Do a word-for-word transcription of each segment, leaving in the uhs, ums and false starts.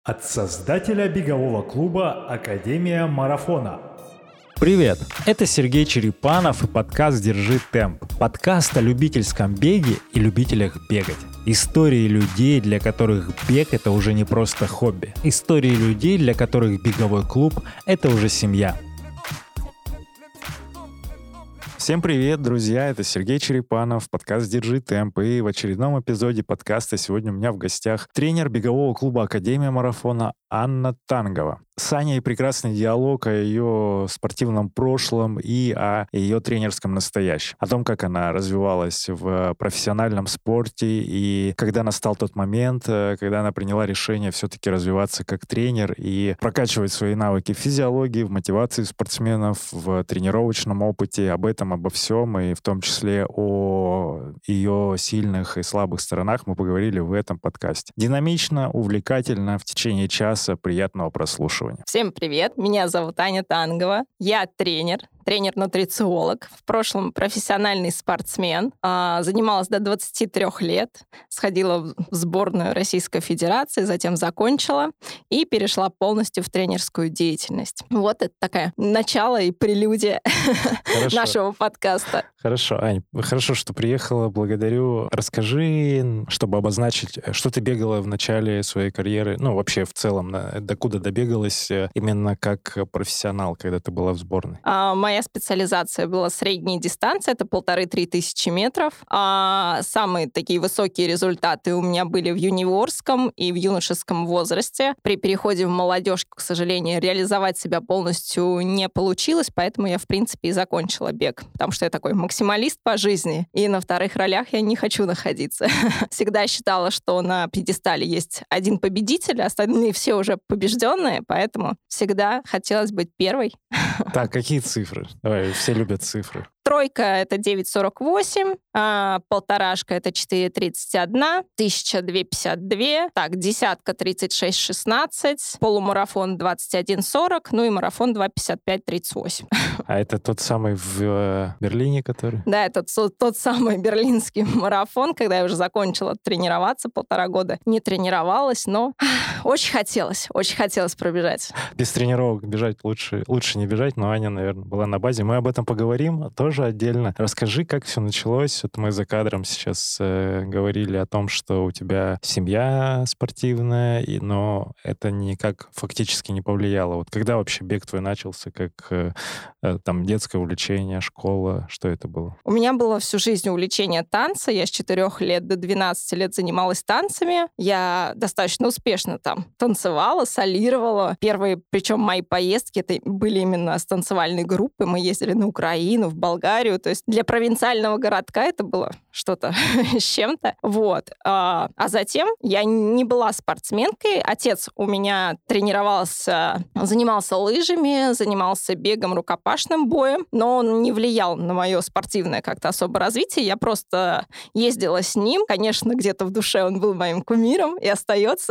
От создателя бегового клуба «Академия марафона». Привет! Это Сергей Черепанов и подкаст «Держи темп». Подкаст о любительском беге и любителях бегать. Истории людей, для которых бег — это уже не просто хобби. Истории людей, для которых беговой клуб — это уже семья. Всем привет, друзья! Это Сергей Черепанов, подкаст «Держи темп». И в очередном эпизоде подкаста сегодня у меня в гостях тренер бегового клуба «Академия марафона» Анна Тангова. С Аней прекрасный диалог о ее спортивном прошлом и о ее тренерском настоящем. О том, как она развивалась в профессиональном спорте и когда настал тот момент, когда она приняла решение все-таки развиваться как тренер и прокачивать свои навыки в физиологии, в мотивации спортсменов, в тренировочном опыте. Об этом, обо всем, и в том числе о ее сильных и слабых сторонах мы поговорили в этом подкасте. Динамично, увлекательно, в течение часа. Приятного прослушивания. Всем привет, меня зовут Аня Тангова, я тренер, тренер-нутрициолог, в прошлом профессиональный спортсмен, занималась до двадцати трёх лет, сходила в сборную Российской Федерации, затем закончила и перешла полностью в тренерскую деятельность. Вот это такая начало и прелюдия нашего подкаста. Хорошо, Ань, хорошо, что приехала, благодарю. Расскажи, чтобы обозначить, что ты бегала в начале своей карьеры, ну, вообще в целом, докуда добегалась именно как профессионал, когда ты была в сборной? А, моя специализация была средняя дистанция, это полторы-три тысячи метров. А самые такие высокие результаты у меня были в юниорском и в юношеском возрасте. При переходе в молодежь, к сожалению, реализовать себя полностью не получилось, поэтому я, в принципе, и закончила бег, потому что я такой максималист по жизни, и на вторых ролях я не хочу находиться. Всегда считала, что на пьедестале есть один победитель, остальные все уже побежденные, поэтому всегда хотелось быть первой. Так, какие цифры? Давай, все любят цифры. Тройка — это девять сорок восемь, а, полторашка — это четыре тридцать один, тысяча две пятьдесят два, так, десятка — тридцать шесть шестнадцать, полумарафон двадцать один сорок, ну и марафон два пятьдесят пять тридцать восемь. А это тот самый в э, Берлине, который? Да, это тот, тот самый берлинский марафон, когда я уже закончила тренироваться, полтора года не тренировалась, но очень хотелось, очень хотелось пробежать. Без тренировок бежать лучше, лучше не бежать, но Аня, наверное, была на базе. Мы об этом поговорим тоже отдельно. Расскажи, как все началось. Вот мы за кадром сейчас э, говорили о том, что у тебя семья спортивная, и, но это никак фактически не повлияло. Вот когда вообще бег твой начался, как э, э, там детское увлечение, школа, что это было? У меня было всю жизнь увлечение танца. Я с четырёх лет до двенадцати лет занималась танцами. Я достаточно успешно там танцевала, солировала. Первые, причем мои поездки, это были именно с танцевальной группой. Мы ездили на Украину, в Болгарию. То есть для провинциального городка это было что-то с чем-то. Вот. А, а затем я не была спортсменкой. Отец у меня тренировался, занимался лыжами, занимался бегом, рукопашным боем, но он не влиял на мое спортивное как-то особо развитие. Я просто ездила с ним. Конечно, где-то в душе он был моим кумиром и остается.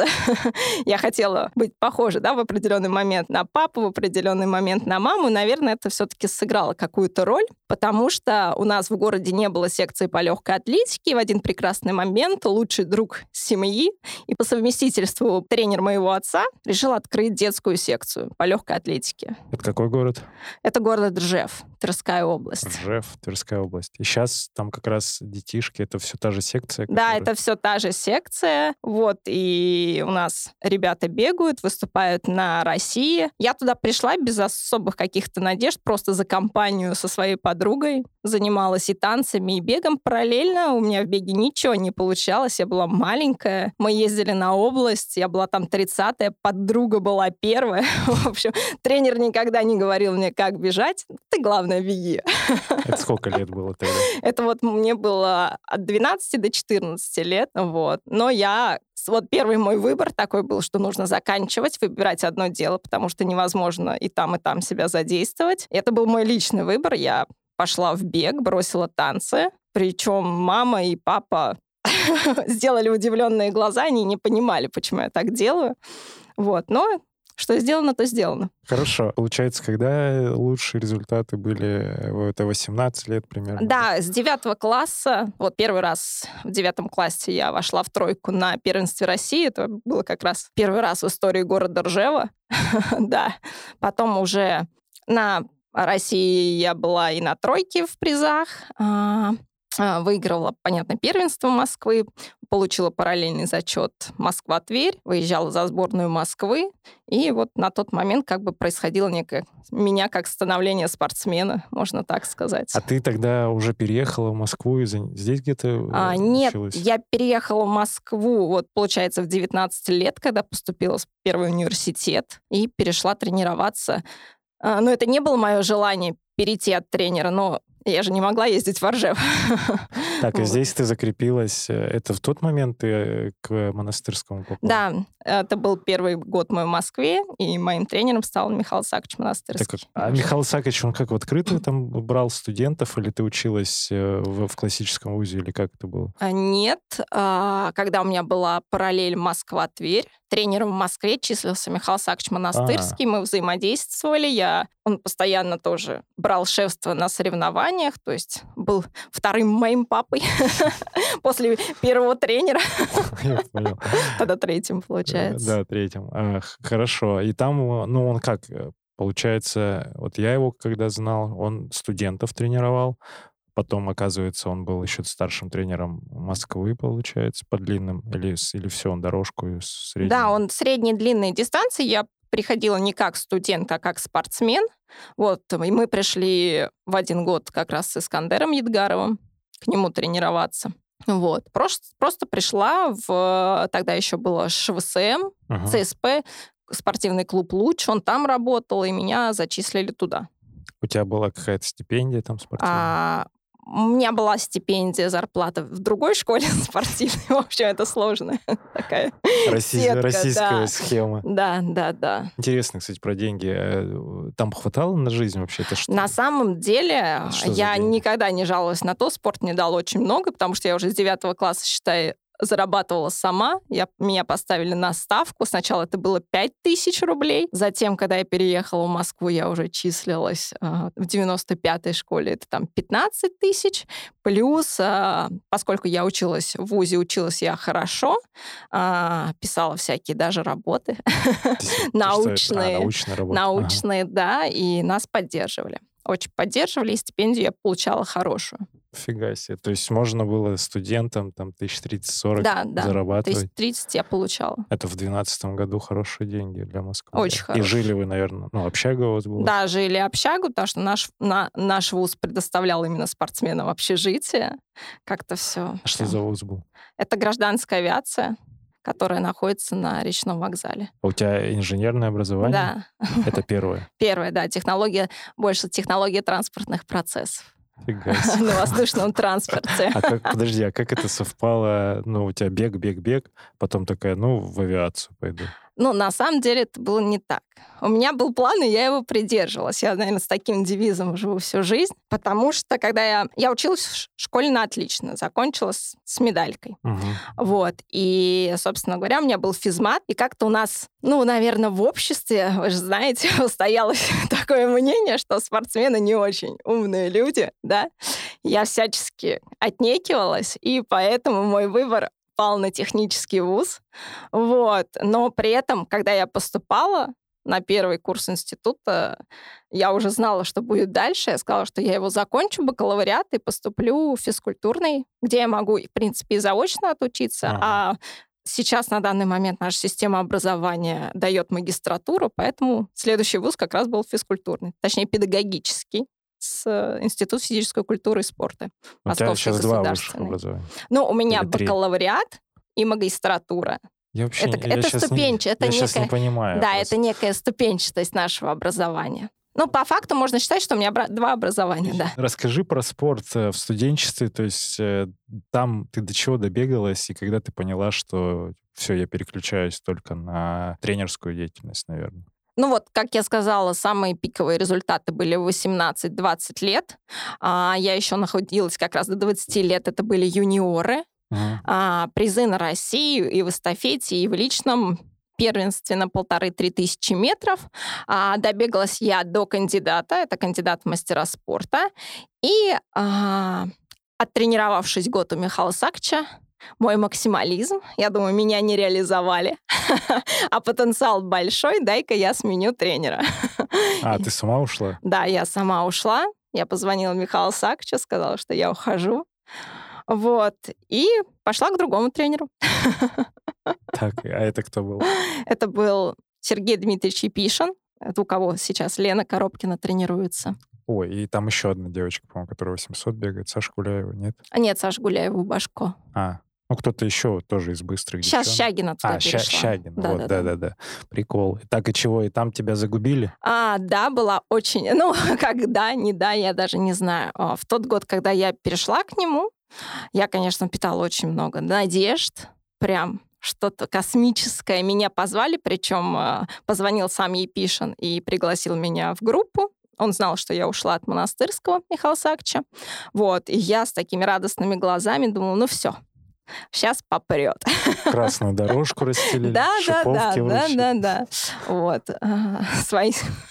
Я хотела быть похожа, да, в определенный момент на папу, в определенный момент на маму. Наверное, это все-таки сыграло какую-то роль, потому что у нас в городе не было секции по легкой атлетике. И в один прекрасный момент лучший друг семьи и по совместительству тренер моего отца решил открыть детскую секцию по легкой атлетике. Это какой город? Это город Ржев, Тверская область. Ржев, Тверская область. И сейчас там как раз детишки, это все та же секция? Да, которая... это все та же секция. Вот, и у нас ребята бегают, выступают на России. Я туда пришла без особых каких-то надежд, просто за компанию со своей подругой. Занималась и танцами, и бегом параллельно. У меня в беге ничего не получалось. Я была маленькая. Мы ездили на область. Я была там тридцатая. Подруга была первая. В общем, тренер никогда не говорил мне, как бежать. Ты, главное, беги. Это сколько лет было тогда? Это вот мне было от двенадцати до четырнадцати лет. Вот. Но я... Вот первый мой выбор такой был, что нужно заканчивать, выбирать одно дело, потому что невозможно и там, и там себя задействовать. Это был мой личный выбор. Я пошла в бег, бросила танцы. Причем мама и папа сделали удивленные глаза, они не понимали, почему я так делаю. Вот. Но что сделано, то сделано. Хорошо. Получается, когда лучшие результаты были? Это восемнадцать лет примерно? Да, с девятого класса, вот первый раз в девятом классе я вошла в тройку на первенстве России. Это было как раз первый раз в истории города Ржева. Да. Потом уже на России я была и на тройке в призах. Выиграла, понятно, первенство Москвы, получила параллельный зачет Москва-Тверь, выезжала за сборную Москвы, и вот на тот момент как бы происходило некое меня как становление спортсмена, можно так сказать. А ты тогда уже переехала в Москву и здесь где-то а, училась? Нет, я переехала в Москву, вот, получается, в девятнадцать лет, когда поступила в первый университет, и перешла тренироваться. Но это не было мое желание перейти от тренера, но я же не могла ездить в Ржев. Так, и вот. Здесь ты закрепилась. Это в тот момент ты к монастырскому попала? Да, это был первый год мой в Москве, и моим тренером стал Михаил Исаакович Монастырский. Так, а Михаил Исаакович, он как в открытую там брал студентов, или ты училась в, в классическом вузе, или как это было? Нет. Когда у меня была параллель Москва-Тверь, тренером в Москве числился Михаил Исаакович Монастырский, А-а-а. Мы взаимодействовали, я, он постоянно тоже брал шефство на соревнованиях, то есть был вторым моим папой после первого тренера. Я понял. Тогда третьим, получается. Да, третьим. Хорошо. И там, ну, он как, получается, вот я его когда знал, он студентов тренировал, потом, оказывается, он был еще старшим тренером Москвы, получается, по длинным, или, или все, он дорожку среднюю? Да, он средние длинные дистанции. Я приходила не как студент, а как спортсмен. Вот, и мы пришли в один год как раз с Искандером Едгаровым к нему тренироваться. Вот. Просто, просто пришла в... Тогда еще было ШВСМ, uh-huh. ЦСП, спортивный клуб «Луч». Он там работал, и меня зачислили туда. У тебя была какая-то стипендия там спортивная? А, у меня была стипендия, зарплата в другой школе спортивной. В общем, это сложная такая Россий, сетка. Российская Да. схема. Да, да, да. Интересно, кстати, про деньги. Там хватало на жизнь вообще? Это что? На самом деле, что я никогда не жаловалась на то. Спорт мне дал очень много, потому что я уже с девятого класса, считаю, зарабатывала сама. Я, меня поставили на ставку. Сначала это было пять тысяч рублей. Затем, когда я переехала в Москву, я уже числилась э, в девяносто пятой школе. Это там пятнадцать тысяч. Плюс, э, поскольку я училась в вузе, училась я хорошо, э, писала всякие даже работы научные. Научные, да, и нас поддерживали. Очень поддерживали, и стипендию я получала хорошую. Фига себе. То есть можно было студентам там тысяч тридцать-сорок да, да. зарабатывать? Тысяч тридцать я получала. Это в двенадцатом году хорошие деньги для Москвы. Очень хорошие. И жили вы, наверное, ну, общага у вас была? Да, жили общагу, потому что наш, на, наш вуз предоставлял именно спортсменам общежитие. Как-то все. А что за вуз был? Это гражданская авиация, которая находится на речном вокзале. А у тебя инженерное образование? Да. Это первое? Первое, да. Технология, больше технология транспортных процессов. Фига себе. На воздушном транспорте. А как, подожди, а как это совпало? Ну, у тебя бег, бег, бег, потом такая, ну, в авиацию пойду. Ну, на самом деле это было не так. У меня был план, и я его придерживалась. Я, наверное, с таким девизом живу всю жизнь, потому что, когда я... Я училась в школе на отлично, закончила с, с медалькой. Угу. Вот. И, собственно говоря, у меня был физмат, и как-то у нас, ну, наверное, в обществе, вы же знаете, устоялось такое мнение, что спортсмены не очень умные люди, да. Я всячески отнекивалась, и поэтому мой выбор пал на технический вуз. Вот. Но при этом, когда я поступала на первый курс института, я уже знала, что будет дальше. Я сказала, что я его закончу, бакалавриат, и поступлю в физкультурный, где я могу, в принципе, и заочно отучиться. Ага. А сейчас, на данный момент, наша система образования дает магистратуру, поэтому следующий вуз как раз был физкультурный, точнее, педагогический. С Институт физической культуры и спорта. У тебя сейчас два высших образования. Ну, у меня Или бакалавриат три. И магистратура. Я вообще это я это ступенчатость. Это я некая, сейчас не понимаю. Да, просто. это некая ступенчатость нашего образования. Ну, по факту можно считать, что у меня два образования, да. Расскажи про спорт в студенчестве. То есть там ты до чего добегалась, и когда ты поняла, что все, я переключаюсь только на тренерскую деятельность, наверное? Ну вот, как я сказала, самые пиковые результаты были в восемнадцать-двадцать лет. А, я еще находилась как раз до двадцати лет, это были юниоры. Uh-huh. А, призы на Россию и в эстафете, и в личном первенстве на полторы-три тысячи метров. А, добегалась я до кандидата, это кандидат в мастера спорта. И а, оттренировавшись год у Михаила Сакча, мой максимализм, я думаю, меня не реализовали, а потенциал большой, дай-ка я сменю тренера. А, ты сама ушла? Да, я сама ушла. Я позвонила Михаилу Сакчу, сказала, что я ухожу. Вот. И пошла к другому тренеру. Так, а это кто был? Это был Сергей Дмитриевич Епишин. Это у кого сейчас Лена Коробкина тренируется. Ой, и там еще одна девочка, по-моему, которая восемьсот бегает. Саша Гуляева, нет? А нет, Саша Гуляева Башко. А, ну кто-то еще тоже из быстрых Сейчас девчонок. Щагина туда А, Ща- перешла. Щагина, Да, вот, да, да. да-да-да. Прикол. Так и чего, и там тебя загубили? А, да, была очень... Ну, как да, не да, я даже не знаю. В тот год, когда я перешла к нему, я, конечно, питала очень много надежд, прям что-то космическое. Меня позвали, причем позвонил сам Епишин и пригласил меня в группу. Он знал, что я ушла от Монастырского Михаила Сакча. Вот, и я с такими радостными глазами думала, ну все, сейчас попрет. Красную дорожку расстелили, Да, да, да, шиповки да, вручили. да, да. Вот. Своей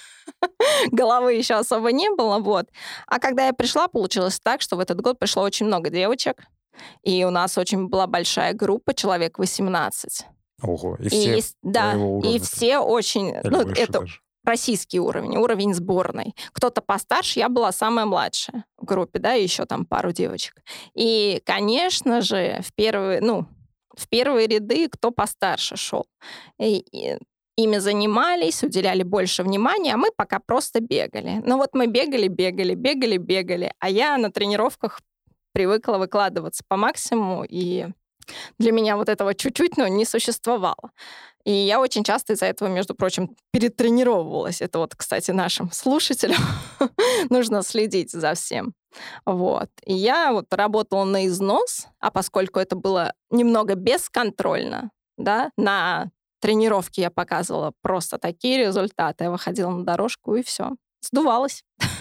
головы еще особо не было, вот. А когда я пришла, получилось так, что в этот год пришло очень много девочек, и у нас очень была большая группа, человек восемнадцать. Ого, и И все есть- да, твоего уровня и там? все очень... Или Ну, выше это даже? российский уровень, уровень сборной. Кто-то постарше, я была самая младшая в группе, да, и еще там пару девочек. И, конечно же, в первые, ну, в первые ряды кто постарше шел. И, и ими занимались, уделяли больше внимания, а мы пока просто бегали. Ну вот мы бегали, бегали, бегали, бегали, а я на тренировках привыкла выкладываться по максимуму, и для меня вот этого чуть-чуть, ну, не существовало. И я очень часто из-за этого, между прочим, перетренировывалась. Это вот, кстати, нашим слушателям нужно следить за всем. Вот. И я вот работала на износ, а поскольку это было немного бесконтрольно, да, на тренировке я показывала просто такие результаты. Я выходила на дорожку, и все. Сдувалась.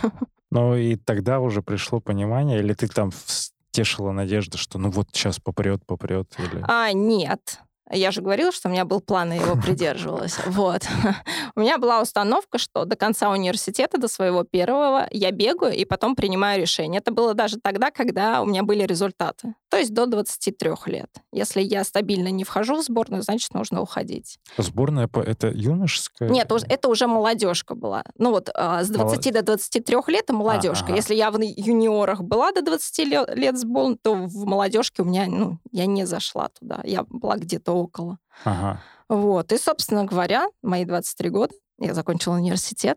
Ну и тогда уже пришло понимание, или ты там вс- тешила надежду, что ну вот сейчас попрет, попрет, или... А, нет. Я же говорила, что у меня был план, и я его придерживалась. Вот. У меня была установка, что до конца университета, до своего первого, я бегаю и потом принимаю решение. Это было даже тогда, когда у меня были результаты. То есть до двадцати трёх лет. Если я стабильно не вхожу в сборную, значит, нужно уходить. Сборная по- это юношеская? Нет, уж- это уже молодежка была. Ну вот а, с двадцати до двадцати трёх лет это молодежка. ага. Если я в юниорах была до двадцати ле- лет сборной, то в молодежке у меня, ну, я не зашла туда. Я была где-то около. Ага. Вот. И, собственно говоря, мои двадцать три года я закончила университет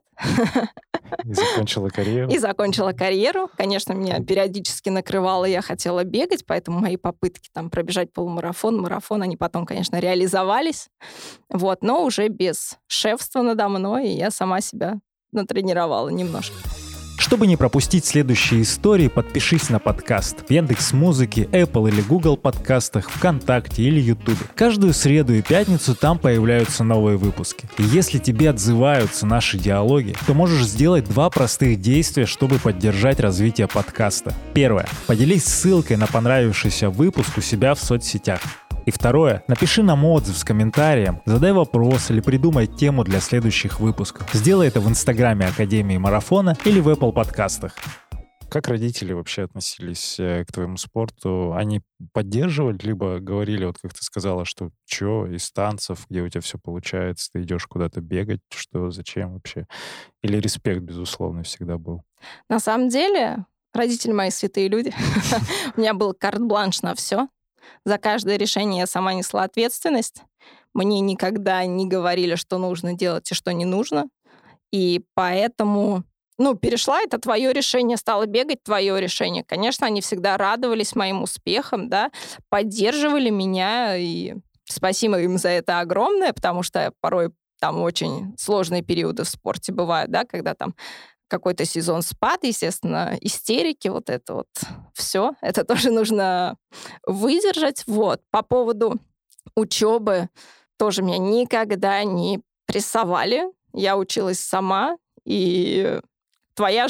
И закончила карьеру? и закончила карьеру. Конечно, меня периодически накрывало, я хотела бегать, поэтому мои попытки там пробежать полумарафон, марафон, они потом, конечно, реализовались. Вот. Но уже без шефства надо мной, и я сама себя натренировала немножко. Чтобы не пропустить следующие истории, подпишись на подкаст в Яндекс.Музыке, Apple или Google подкастах, ВКонтакте или Ютубе. Каждую среду и пятницу там появляются новые выпуски. И если тебе отзываются наши диалоги, то можешь сделать два простых действия, чтобы поддержать развитие подкаста. Первое. Поделись ссылкой на понравившийся выпуск у себя в соцсетях. И второе, напиши нам отзыв с комментарием, задай вопрос или придумай тему для следующих выпусков. Сделай это в Инстаграме Академии Марафона или в Apple подкастах. Как родители вообще относились э, к твоему спорту? Они поддерживали, либо говорили, вот как ты сказала, что чё, из танцев, где у тебя все получается, ты идешь куда-то бегать, что, зачем вообще? Или респект, безусловно, всегда был? На самом деле, родители мои святые люди. У меня был карт-бланш на все. За каждое решение я сама несла ответственность. Мне никогда не говорили, что нужно делать и что не нужно. И поэтому, ну, перешла, это твое решение, стала бегать, твое решение. Конечно, они всегда радовались моим успехам, да, поддерживали меня, и спасибо им за это огромное, потому что порой там очень сложные периоды в спорте бывают, да, когда там какой-то сезон спад, естественно, истерики, вот это вот все. Это тоже нужно выдержать. Вот. По поводу учебы тоже меня никогда не прессовали. Я училась сама, и твоя жизнь,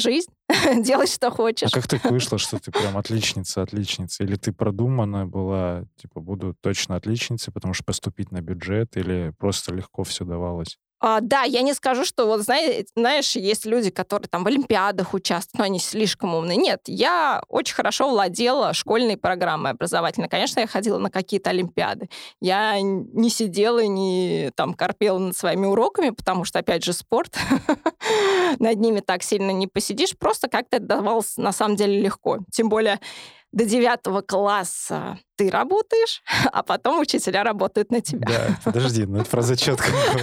делай, что хочешь. А как так вышло, что ты прям отличница, отличница? Или ты продуманная была, типа, буду точно отличницей, потому что поступить на бюджет, или просто легко все давалось? А, да, я не скажу, что вот, знаешь, знаешь, есть люди, которые там в олимпиадах участвуют, но они слишком умные. Нет, я очень хорошо владела школьной программой образовательной. Конечно, я ходила на какие-то олимпиады. Я не сидела и не там корпела над своими уроками, потому что, опять же, спорт. Над ними так сильно не посидишь. Просто как-то это давалось на самом деле легко. Тем более до девятого класса ты работаешь, а потом учителя работают на тебя. Да, подожди, ну это про зачет.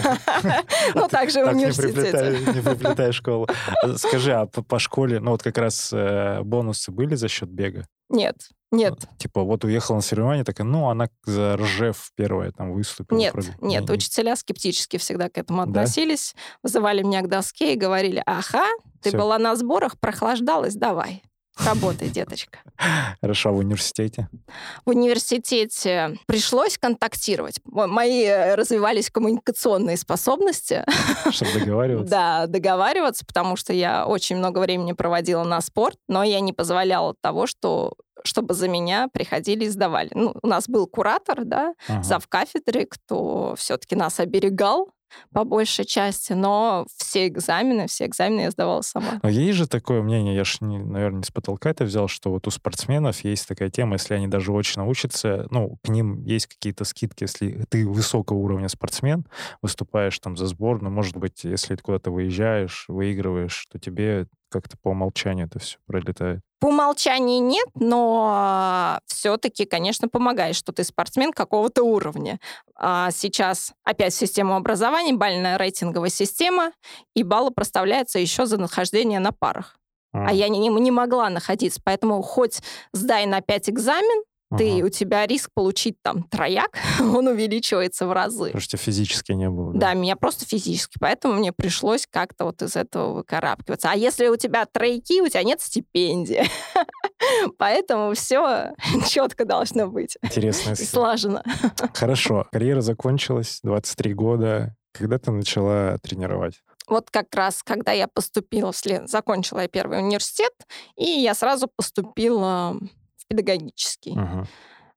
Ну, так же в университете. Не приплетай школу. Скажи, а по школе, ну вот как раз бонусы были за счет бега? Нет, нет. Типа вот уехала на соревнования, такая, ну, она за Ржев первая там выступила. Нет, нет, учителя скептически всегда к этому относились, вызывали меня к доске и говорили, ага, ты была на сборах, прохлаждалась, давай. Работай, деточка. Хорошо, а в университете? В университете пришлось контактировать. Мои развивались коммуникационные способности. Чтобы договариваться? Да, договариваться, потому что я очень много времени проводила на спорт, но я не позволяла того, что чтобы за меня приходили и сдавали. Ну, у нас был куратор, да, ага. завкафедры, кто все-таки нас оберегал по большей части, но все экзамены, все экзамены я сдавала сама. Но есть же такое мнение, я же, не, наверное, не с потолка это взял, что вот у спортсменов есть такая тема, если они даже очно учатся, ну, к ним есть какие-то скидки, если ты высокого уровня спортсмен, выступаешь там за сборную, может быть, если ты куда-то выезжаешь, выигрываешь, то тебе как-то по умолчанию это все пролетает. По умолчанию нет, но все-таки, конечно, помогает, что ты спортсмен какого-то уровня. А сейчас опять система образования, бальная рейтинговая система, и баллы проставляются еще за нахождение на парах. А, а я не, не могла находиться, поэтому хоть сдай на пять экзамен, ты, ага. у тебя риск получить там трояк, он увеличивается в разы. Потому что физически не было. Да? Да, меня просто физически, поэтому мне пришлось как-то вот из этого выкарабкиваться. А если у тебя тройки, у тебя нет стипендии. Поэтому все четко должно быть. Интересно. И слаженно. Хорошо. Карьера закончилась, двадцать три года. Когда ты начала тренировать? Вот как раз, когда я поступила, вслед, закончила я первый университет, и я сразу поступила педагогический. Uh-huh.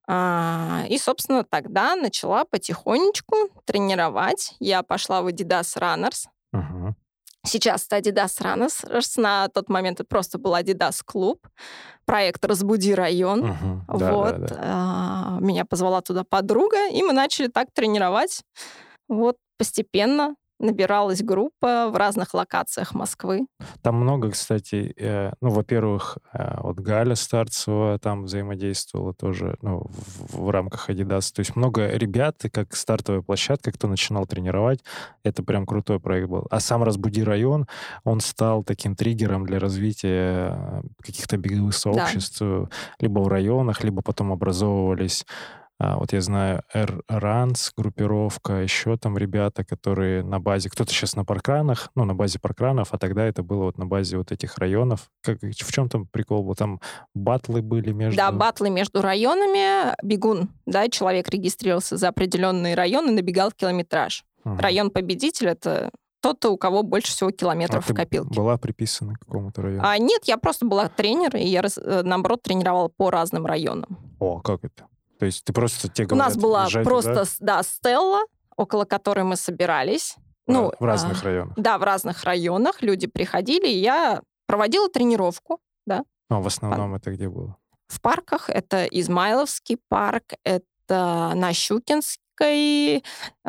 А, и, собственно, тогда начала потихонечку тренировать. Я пошла в Adidas Runners. Uh-huh. Сейчас это Adidas Runners. На тот момент это просто был Adidas клуб. Проект «Разбуди район». Uh-huh. Вот. Да, да, да. А, меня позвала туда подруга, и мы начали так тренировать. Вот постепенно набиралась группа в разных локациях Москвы. Там много, кстати, э, ну, во-первых, э, вот Галя Старцева там взаимодействовала тоже, ну, в, в рамках Adidas. То есть много ребят, и как стартовая площадка, кто начинал тренировать, это прям крутой проект был. А сам «Разбуди район», он стал таким триггером для развития каких-то беговых сообществ, да. либо в районах, либо потом образовывались. А, вот я знаю, R-Runs, группировка, еще там ребята, которые на базе... Кто-то сейчас на паркранах, ну, на базе паркранов, а тогда это было вот на базе вот этих районов. Как, в чем там прикол был? Там батлы были между... Да, батлы между районами. Бегун, да, человек регистрировался за определенный район и набегал километраж. Ага. Район-победитель — это тот, у кого больше всего километров а в копилке. Была приписана к какому-то району? А, нет, я просто была тренер, и я, наоборот, тренировала по разным районам. О, как это? То есть ты просто те говорят... У нас была просто, да? да, стелла, около которой мы собирались. В, ну, в разных а, районах? Да, в разных районах. Люди приходили, и я проводила тренировку, да. А в основном это где было? В парках. Это Измайловский парк, это на Щукинской, ой,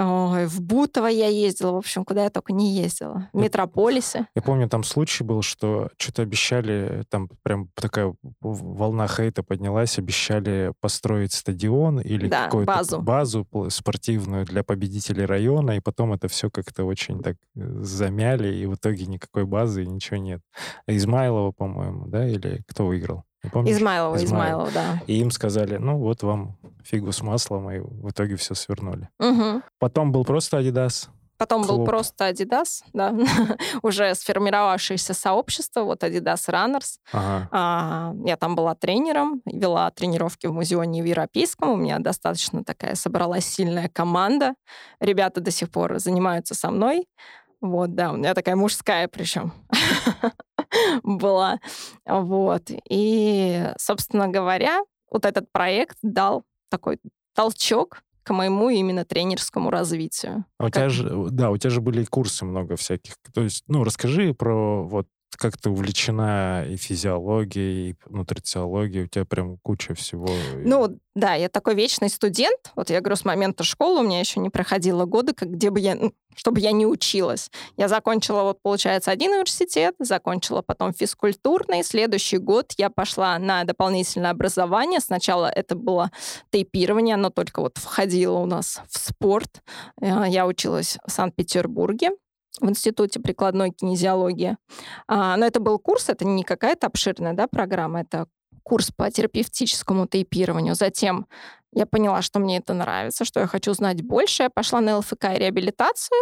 в Бутово я ездила, в общем, куда я только не ездила. В Метрополисе. Я помню, там случай был, что что-то обещали, там прям такая волна хейта поднялась, обещали построить стадион или да, какую-то базу. базу спортивную для победителей района, и потом это все как-то очень так замяли, и в итоге никакой базы и ничего нет. Измайлова, по-моему, да, или кто выиграл? Измайлова, Измайлова, да. И им сказали, ну вот вам фигу с маслом, и в итоге все свернули. Угу. Потом был просто Adidas. Потом клуб. был просто Adidas, да, уже сформировавшееся сообщество, вот Adidas Runners. Ага. А, я там была тренером, вела тренировки в Музеоне Европейском, у меня достаточно такая собралась сильная команда. Ребята до сих пор занимаются со мной. Вот, да, у меня такая мужская причем. была. Вот. И, собственно говоря, вот этот проект дал такой толчок к моему именно тренерскому развитию. А у тебя же, да, у тебя же были курсы много всяких. То есть, ну, расскажи про вот как ты увлечена и физиологией, и нутрициологией, у тебя прям куча всего. Ну, да, я такой вечный студент. Вот я говорю, с момента школы у меня еще не проходило года, как, где бы я, чтобы я не училась. Я закончила, вот, получается, один университет, закончила потом физкультурный. Следующий год я пошла на дополнительное образование. Сначала это было тейпирование, оно только вот входило у нас в спорт. Я училась в Санкт-Петербурге в Институте прикладной кинезиологии. А, но это был курс, это не какая-то обширная, да, программа, это курс по терапевтическому тейпированию. Затем я поняла, что мне это нравится, что я хочу знать больше. Я пошла на эл эф ка и реабилитацию,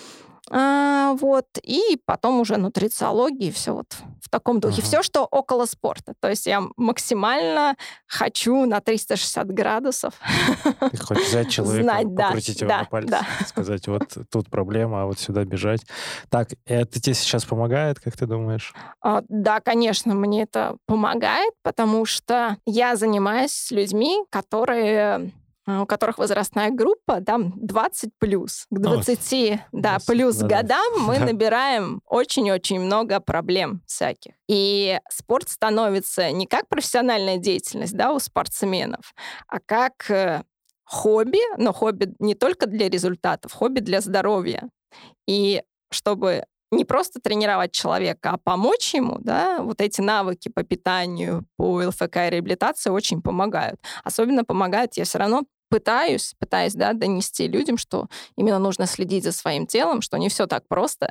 а, вот, и потом уже нутрициология, и все вот в таком духе. Ага. Все, что около спорта. То есть я максимально хочу на триста шестьдесят градусов Ты хочешь взять человека, знать, да, покрутить его да, на пальце, да. сказать, вот тут проблема, а вот сюда бежать. Так, это тебе сейчас помогает, как ты думаешь? А, Да, конечно, мне это помогает, потому что я занимаюсь с людьми, которые а, у которых возрастная группа там двадцать плюс. К двадцати, да, двадцать, плюс да-да. годам мы Да. набираем очень-очень много проблем всяких. И спорт становится не как профессиональная деятельность, да, у спортсменов, а как э, хобби, но хобби не только для результатов, хобби для здоровья. И чтобы не просто тренировать человека, а помочь ему, да, вот эти навыки по питанию, по эл эф ка и реабилитации очень помогают. Особенно помогают, я все равно пытаюсь, пытаюсь, да, донести людям, что именно нужно следить за своим телом, что не все так просто.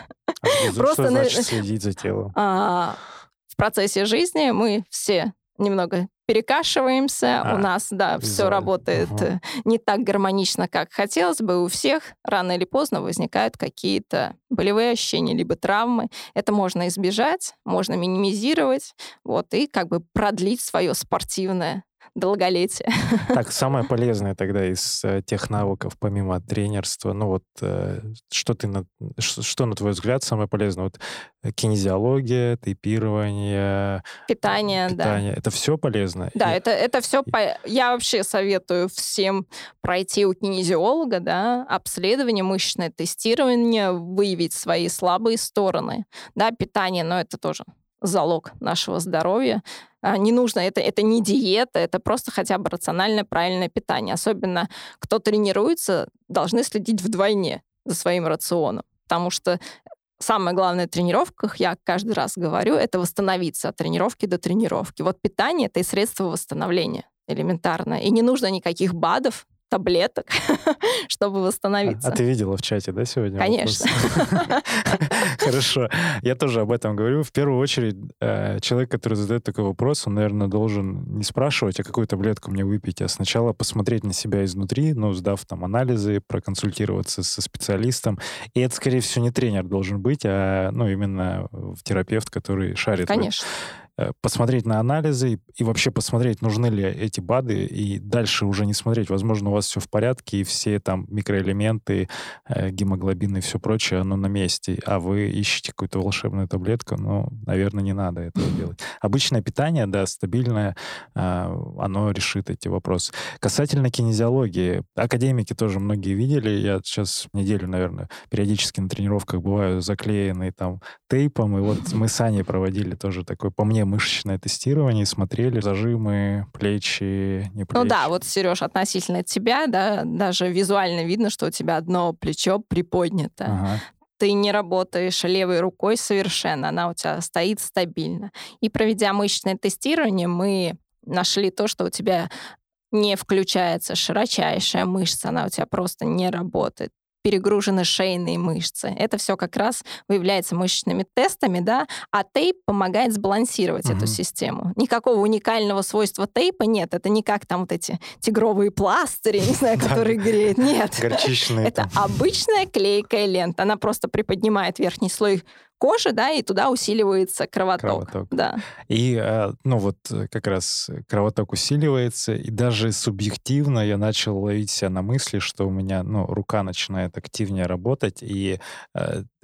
А что, что Просто на- значит следить за телом? А, в процессе жизни мы все немного перекашиваемся, А, у нас, да, все визуально. работает Ага. э, не так гармонично, как хотелось бы. У всех рано или поздно возникают какие-то болевые ощущения, либо травмы. Это можно избежать, можно минимизировать, вот, и как бы продлить свое спортивное долголетие. Так, самое полезное тогда из э, тех навыков, помимо тренерства, ну вот, э, что ты, на, ш- что, на твой взгляд, самое полезное? Вот э, кинезиология, тейпирование, Питание, да. питание, это все полезно? Да, И- это, это все... Я вообще советую всем пройти у кинезиолога, да, обследование, мышечное тестирование, выявить свои слабые стороны. Да, питание, но это тоже залог нашего здоровья. А, Не нужно, это, это не диета, это просто хотя бы рациональное, правильное питание. Особенно кто тренируется, должны следить вдвойне за своим рационом. Потому что самое главное в тренировках, я каждый раз говорю, это восстановиться от тренировки до тренировки. Вот питание — это и средство восстановления элементарное. И не нужно никаких БАДов, таблеток, чтобы А, восстановиться. а ты видела в чате, да, сегодня? Конечно. вопрос? Хорошо. Я тоже об этом говорю. В первую очередь, э, человек, который задает такой вопрос, он, наверное, должен не спрашивать, а какую таблетку мне выпить, а сначала посмотреть на себя изнутри, ну, сдав там анализы, проконсультироваться со специалистом. И это, скорее всего, не тренер должен быть, а, ну, именно э, терапевт, который шарит. в этом. Конечно. Э, посмотреть на анализы и, и вообще посмотреть, нужны ли эти БАДы, и дальше уже не смотреть. Возможно, у вас все в порядке, и все там микроэлементы, э, гемоглобин и все прочее, оно на месте, а вы ищете какую-то волшебную таблетку, ну, наверное, не надо этого делать. Обычное питание, да, стабильное, э, оно решит эти вопросы. Касательно кинезиологии, академики тоже многие видели, я сейчас неделю, наверное, периодически на тренировках бываю заклеенный там тейпом, и вот мы с Аней проводили тоже такой, по мне, мышечное тестирование, смотрели зажимы, плечи, не плечи. Ну да, вот, Сереж, относительно тебя, да, даже визуально видно, что у тебя одно плечо приподнято. Ага. Ты не работаешь левой рукой совершенно, она у тебя стоит стабильно. И проведя мышечное тестирование, мы нашли то, что у тебя не включается широчайшая мышца, она у тебя просто не работает. Перегружены шейные мышцы. Это все как раз выявляется мышечными тестами, да, а тейп помогает сбалансировать Мгм. эту систему. Никакого уникального свойства тейпа нет. Это не как там вот эти тигровые пластыри, не знаю, Да. которые греют. Нет. Горчичные Это там. обычная клейкая лента. Она просто приподнимает верхний слой кожи, да, и туда усиливается кровоток. Кровоток. Да. И, э, ну вот, э, как раз кровоток усиливается, и даже субъективно я начал ловить себя на мысли, что у меня, ну, рука начинает активнее работать, и э,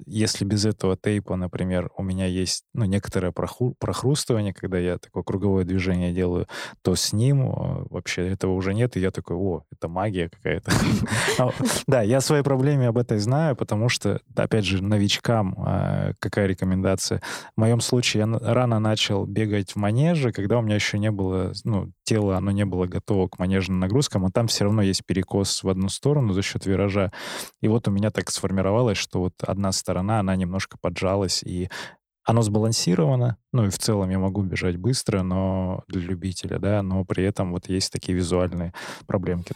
если без этого тейпа, например, у меня есть, ну, некоторое проху- прохрустывание, когда я такое круговое движение делаю, то с ним э, вообще этого уже нет, и я такой, о, это магия какая-то. Да, я о своей проблеме об этой знаю, потому что, опять же, новичкам э, какая рекомендация? В моем случае я на- рано начал бегать в манеже, когда у меня еще не было, ну, тело, оно не было готово к манежным нагрузкам, а там все равно есть перекос в одну сторону за счет виража. И вот у меня так сформировалось, что вот одна сторона, она немножко поджалась, и оно сбалансировано, ну и в целом я могу бежать быстро, но для любителя, да, но при этом вот есть такие визуальные проблемки.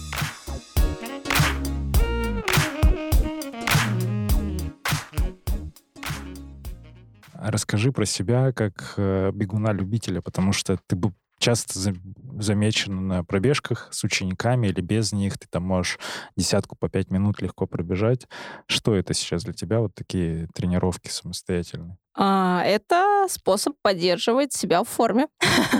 Расскажи про себя как э, бегуна-любителя, потому что ты бы часто за- замечен на пробежках с учениками или без них. Ты там можешь десятку по пять минут легко пробежать. Что это сейчас для тебя, вот такие тренировки самостоятельные? А, это способ поддерживать себя в форме.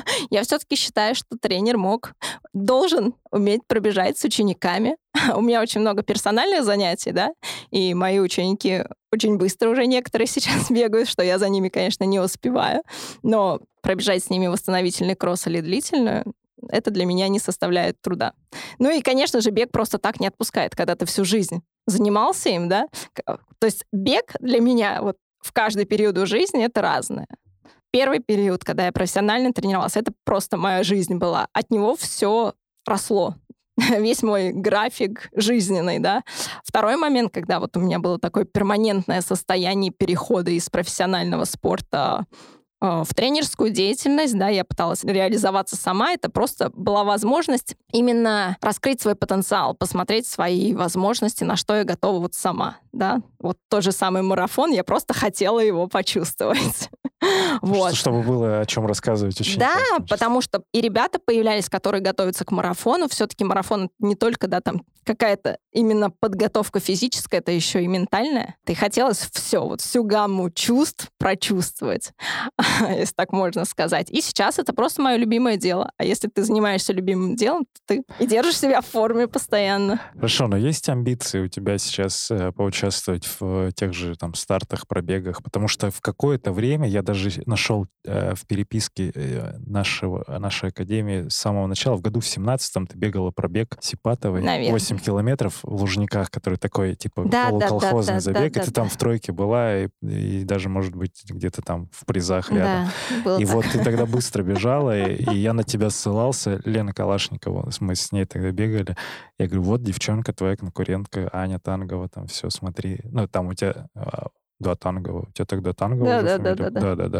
Я все-таки считаю, что тренер мог, должен уметь пробежать с учениками. У меня очень много персональных занятий, да, и мои ученики очень быстро уже некоторые сейчас бегают, что я за ними, конечно, не успеваю. Но пробежать с ними восстановительный кросс или длительную, это для меня не составляет труда. Ну и, конечно же, бег просто так не отпускает, когда ты всю жизнь занимался им, да. К- То есть бег для меня вот в каждый период жизни это разное. Первый период, когда я профессионально тренировалась, это просто моя жизнь была. От него все росло. Весь мой график жизненный, да. Второй момент, когда вот у меня было такое перманентное состояние перехода из профессионального спорта э, в тренерскую деятельность, да, я пыталась реализоваться сама, это просто была возможность именно раскрыть свой потенциал, посмотреть свои возможности, на что я готова вот сама, да. Вот тот же самый марафон, я просто хотела его почувствовать. Вот. Чтобы было о чем рассказывать ученикам. Да, потому что и ребята появлялись, которые готовятся к марафону. Все-таки марафон это не только, да, там какая-то именно подготовка физическая, это еще и ментальная. Ты хотелось все, вот всю гамму чувств прочувствовать, если так можно сказать. И сейчас это просто мое любимое дело. А если ты занимаешься любимым делом, то ты и держишь себя в форме постоянно. Хорошо, но есть амбиции у тебя сейчас э, поучаствовать в э, тех же там стартах, пробегах? Потому что в какое-то время я даже нашел э, в переписке э, нашего, нашей академии с самого начала, в году в семнадцатом ты бегала пробег Сипатовой, Наверное. восемь километров в Лужниках, который такой, типа, Да, да, да, полуколхозный да, забег, да, и ты да, там да. в тройке была, и, и даже, может быть, где-то там в призах рядом. Да, было И так. вот ты тогда быстро бежала, и, и я на тебя ссылался, Лена Калашникова, мы с ней тогда бегали. Я говорю, вот девчонка, твоя конкурентка, Аня Тангова, там все, смотри. Ну, там у тебя а, два Тангова. У тебя тогда Тангова Да, уже да, фамилия? да, да, да. Да-да-да.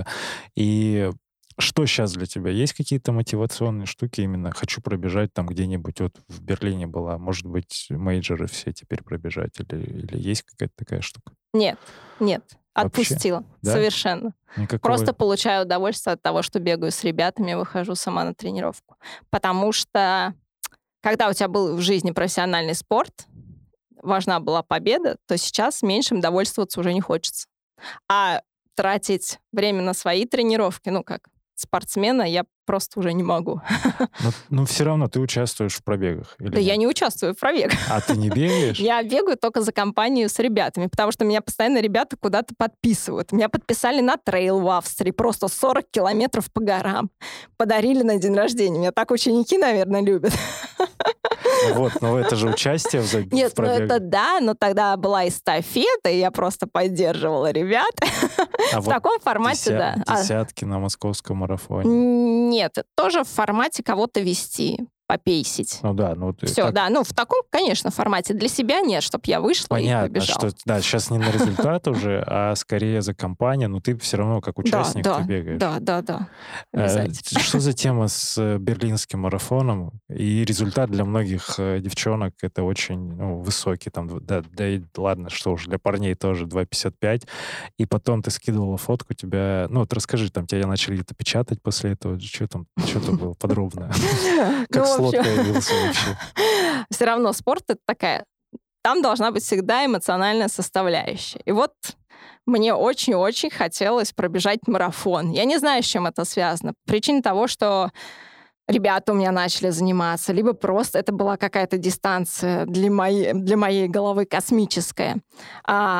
И что сейчас для тебя? Есть какие-то мотивационные штуки именно? Хочу пробежать там где-нибудь, вот в Берлине была, может быть, мейджоры все теперь пробежать, или, или есть какая-то такая штука? Нет, нет, Вообще? отпустила. Да? Совершенно. Никакого... Просто получаю удовольствие от того, что бегаю с ребятами, выхожу сама на тренировку. Потому что, когда у тебя был в жизни профессиональный спорт, важна была победа, то сейчас меньшим довольствоваться уже не хочется. А тратить время на свои тренировки, ну как спортсмена, я просто уже не могу. Но, но все равно ты участвуешь в пробегах. Или Да нет? я не участвую в пробегах. А ты не бегаешь? Я бегаю только за компанию с ребятами, потому что меня постоянно ребята куда-то подписывают. Меня подписали на трейл в Австрии, просто сорок километров по горам. Подарили на день рождения. Меня так ученики, наверное, любят. Вот, но это же участие в, заб... Нет, в ну пробегах. это да, но тогда была эстафета, и я просто поддерживала ребят. А В вот таком формате, деся- да. А, Десятки на московском марафоне. Нет, тоже в формате кого-то вести, попейсить. Ну да, ну ты Все, так да, ну в таком, конечно, формате. Для себя нет, чтобы я вышла и понятно, побежала. что да, сейчас не на результат уже, а скорее за компанию, но ты все равно как участник да, ты да, бегаешь. да, да, да. Э, Обязательно. Что за тема с э, берлинским марафоном? И результат для многих э, девчонок это очень ну, высокий. Там, дв- да, да и ладно, что уж, для парней тоже два пятьдесят пять. И потом ты скидывала фотку тебя... Ну вот расскажи, там тебя начали где-то печатать после этого. Что там, что там было подробно? Как Ну, в слот общем, появился вообще? все равно спорт — это такая... Там должна быть всегда эмоциональная составляющая. И вот мне очень-очень хотелось пробежать марафон. Я не знаю, с чем это связано. По причине того, что ребята у меня начали заниматься, либо просто это была какая-то дистанция для моей, для моей головы космическая. А,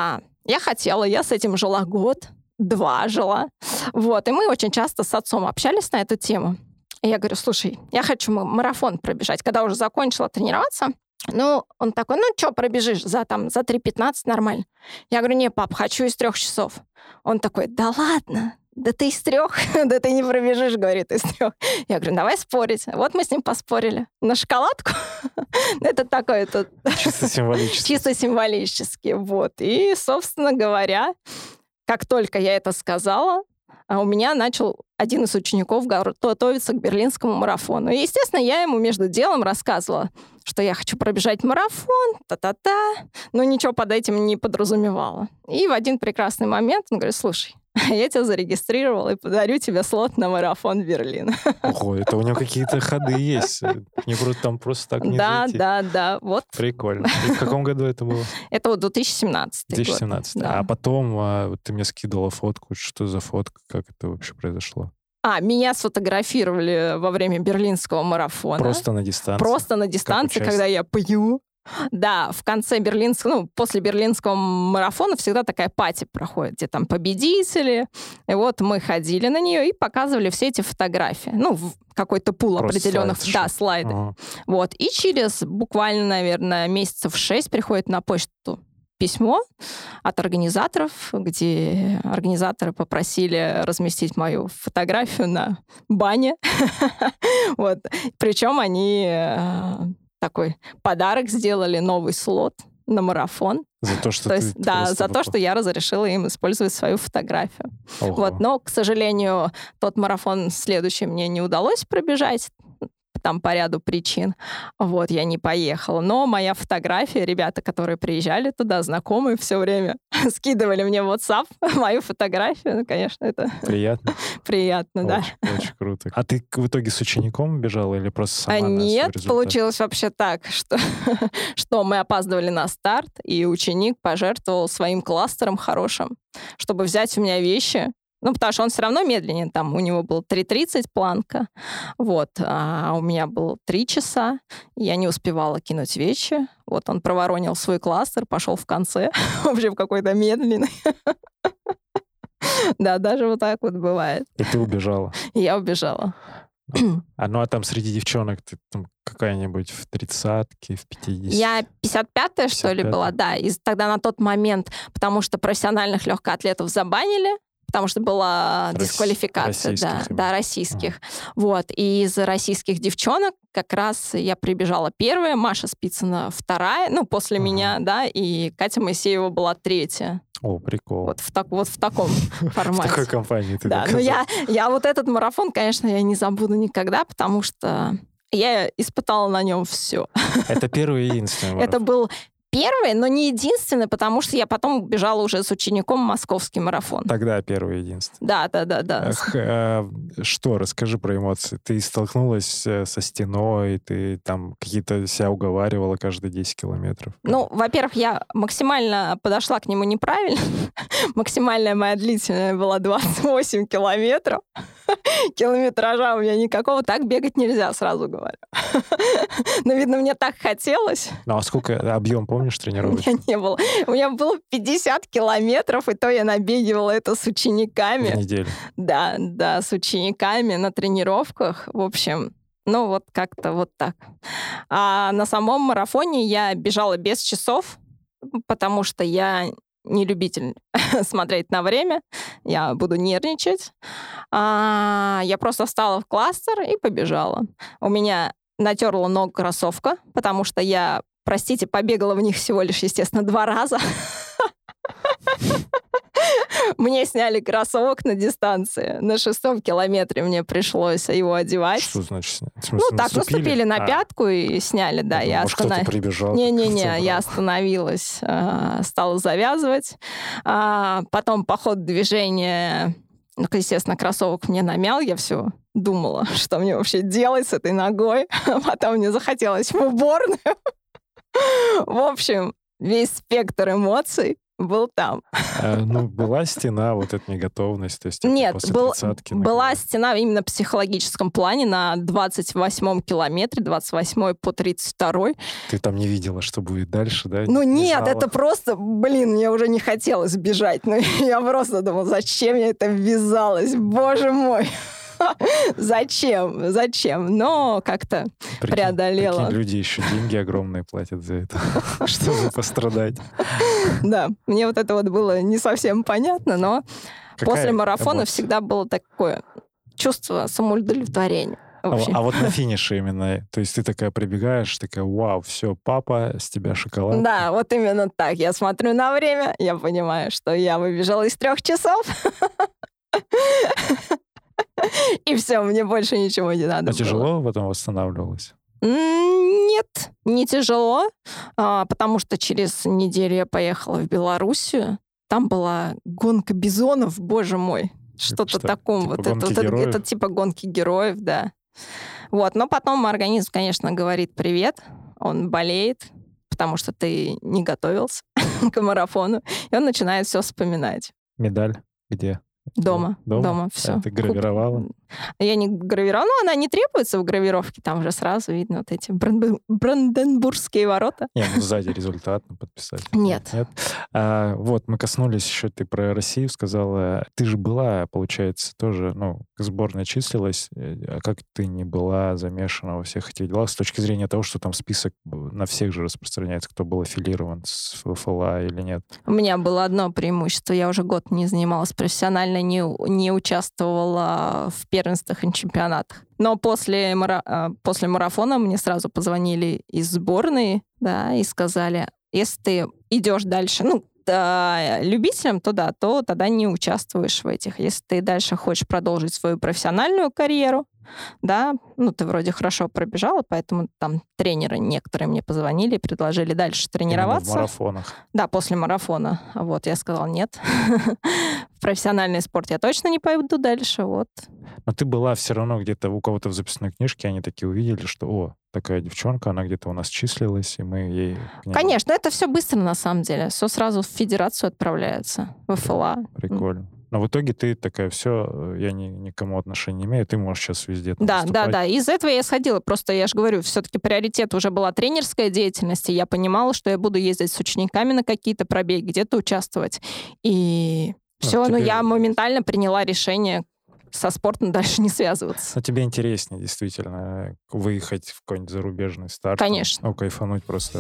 Я хотела, я с этим жила год, два жила. Вот, и мы очень часто с отцом общались на эту тему. И я говорю, слушай, я хочу марафон пробежать. Когда уже закончила тренироваться, ну, он такой, ну, что пробежишь за, там, за три пятнадцать нормально. Я говорю, не, пап, хочу из трех часов. Он такой, да ладно, да ты из трех, да ты не пробежишь, говорит, из трех. Я говорю, давай спорить. Вот мы с ним поспорили. На шоколадку. Это такое тут... Чисто символически. Чисто символически, вот. И, собственно говоря, как только я это сказала, у меня начал один из учеников готовиться к берлинскому марафону. И, естественно, я ему между делом рассказывала, что я хочу пробежать марафон, та-та-та, но ничего под этим не подразумевала. И в один прекрасный момент он говорит, слушай, я тебя зарегистрировал и подарю тебе слот на марафон Берлина. Ого, это у него какие-то ходы есть. Не просто там просто так не Да, зайти. да, да. Вот. Прикольно. И в каком году это было? Это вот две тысячи семнадцатый две тысячи семнадцатый. год. Да. А потом а, вот ты мне скидывала фотку. Что за фотка? Как это вообще произошло? А, меня сфотографировали во время берлинского марафона. Просто на дистанции? Просто на дистанции, когда я пою. Да, в конце берлинского, ну, после берлинского марафона всегда такая пати проходит, где там победители. И вот мы ходили на нее и показывали все эти фотографии. Ну, в какой-то пул Просто определенных, слайды, да, слайды. Ага. Вот. И через буквально, наверное, месяцев шесть приходит на почту письмо от организаторов, где организаторы попросили разместить мою фотографию на бане. Вот. Причем они такой подарок сделали, новый слот на марафон. За то, что то ты есть, да, за то, что я разрешила им использовать свою фотографию. Ого. Вот. Но, к сожалению, тот марафон следующий мне не удалось пробежать, там по ряду причин. Вот, я не поехала. Но моя фотография, ребята, которые приезжали туда, знакомые, все время скидывали мне в WhatsApp мою фотографию. Ну, конечно, это приятно. приятно, да. Очень, очень круто. А ты в итоге с учеником бежала или просто сама А на свой нет, результат? получилось вообще так, что, что мы опаздывали на старт, и ученик пожертвовал своим кластером хорошим, чтобы взять у меня вещи. Ну, потому что он все равно медленнее. Там у него было три тридцать планка, вот, а у меня было три часа, и я не успевала кинуть вещи. Вот он проворонил свой кластер, пошел в конце, вообще какой-то медленный. Да, даже вот так вот бывает. И ты убежала. И я убежала. А ну а там среди девчонок ты там какая-нибудь в тридцатке, в пятидесятке? Я пятьдесят пятая, что ли, была, да. И тогда на тот момент, потому что профессиональных легкоатлетов забанили, потому что была Рос... дисквалификация, да, российских, да, российских. А. Вот. И из российских девчонок как раз я прибежала первая, Маша Спицына вторая, ну, после uh-huh. меня, да, и Катя Моисеева была третья. О, прикол. Вот в, так, вот в таком формате. В такой компании ты да, но я, я вот этот марафон, конечно, я не забуду никогда, потому что я испытала на нем все. Это первый и единственный марафон. Это был первый, но не единственный, потому что я потом бежала уже с учеником московский марафон. Тогда первый и единственный. Да, да, да, да. Эх, а, что, расскажи про эмоции. Ты столкнулась со стеной, ты там какие-то себя уговаривала каждые десять километров? Ну, во-первых, я максимально подошла к нему неправильно. Максимальная моя длительная была двадцать восемь километров. Километража у меня никакого. Так бегать нельзя, сразу говорю. Но, видно, мне так хотелось. Ну, а сколько объем, помнишь, тренировочный? У меня не было. У меня было пятьдесят километров, и то я набегивала это с учениками. В неделю? Да, да, с учениками на тренировках. В общем, ну вот как-то вот так. А на самом марафоне я бежала без часов, потому что я не любитель смотреть на время, я буду нервничать. А, я просто встала в кластер и побежала. У меня натерла ногу кроссовка, потому что я, простите, побегала в них всего лишь, естественно, два раза. Мне сняли кроссовок на дистанции. На шестом километре мне пришлось его одевать. Что значит? Ну так, наступили на а. пятку и сняли, да. Я Может, останов... кто-то прибежал. Не-не-не, я остановилась, стала завязывать. Потом по ходу движения, ну, естественно, кроссовок мне намял, я все думала, что мне вообще делать с этой ногой. Потом мне захотелось в уборную. В общем, весь спектр эмоций. был там. А, ну, была стена, вот эта неготовность, то есть Нет, после был, тридцатки... была наконец. стена именно в психологическом плане на двадцать восьмом километре, двадцать восьмой по тридцать второй. Ты там не видела, что будет дальше, да? Ну Не нет, знала? это просто, блин, мне уже не хотелось бежать. Ну, я просто думала, зачем я это ввязалась, боже мой. Зачем? Зачем? Но как-то Прикинь, преодолела. Прикинь, люди еще деньги огромные платят за это, чтобы пострадать. Да, мне вот это вот было не совсем понятно, но Какая после марафона эмоция? всегда было такое чувство самоудовлетворения. А, вообще. а вот на финише именно, то есть ты такая прибегаешь, такая, вау, все, папа, с тебя шоколад. Да, вот именно так. Я смотрю на время, я понимаю, что я выбежала из трех часов. И все, мне больше ничего не надо А было. тяжело потом восстанавливалась? М, Нет, не тяжело, а, потому что через неделю я поехала в Белоруссию. Там была гонка бизонов, боже мой. Что-то Что, таком. типа вот это, гонки вот это, героев? это типа гонки героев, да. Вот, но потом организм, конечно, говорит привет, он болеет, потому что ты не готовился к марафону, и он начинает все вспоминать. Медаль где? Дома, Дома? дома, А все. ты гравировала? Я не гравировала, ну, она не требуется в гравировке, там уже сразу видно вот эти бранден- бранденбургские ворота. Не, ну сзади результат ну, подписать. Нет. Нет? А, вот, мы коснулись еще, ты про Россию сказала. Ты же была, получается, тоже, ну, к сборной числилась. А как ты не была замешана во всех этих делах с точки зрения того, что там список на всех же распространяется, кто был аффилирован с ВФЛА или нет? У меня было одно преимущество. Я уже год не занималась профессионально, не, не участвовала в первенствах и чемпионатах. Но после, мара- а, после марафона мне сразу позвонили из сборной, да, и сказали, если ты идешь дальше, ну, да, любителям, то да, то тогда не участвуешь в этих. Если ты дальше хочешь продолжить свою профессиональную карьеру, да, ну, ты вроде хорошо пробежала, поэтому там тренеры некоторые мне позвонили и предложили дальше тренироваться. Именно в марафонах. Да, после марафона. Вот, я сказала, нет. В профессиональный спорт я точно не пойду дальше, вот. Но ты была все равно где-то у кого-то в записной книжке, они такие увидели, что, о, такая девчонка, она где-то у нас числилась, и мы ей... к ней- Конечно, это все быстро на самом деле. Все сразу в федерацию отправляется, в ФЛА. Прикольно. Но в итоге ты такая, все, я ни, никому отношения не имею, ты можешь сейчас везде там Да, да, выступать. да. Из этого я сходила. Просто я же говорю, все-таки приоритет уже была тренерская деятельность, и я понимала, что я буду ездить с учениками на какие-то пробеги, где-то участвовать. И Ну, все, но тебе- я моментально приняла решение со спортом дальше не связываться. Но тебе интереснее, действительно, выехать в какой-нибудь зарубежный старт. Конечно. Ну, кайфануть просто.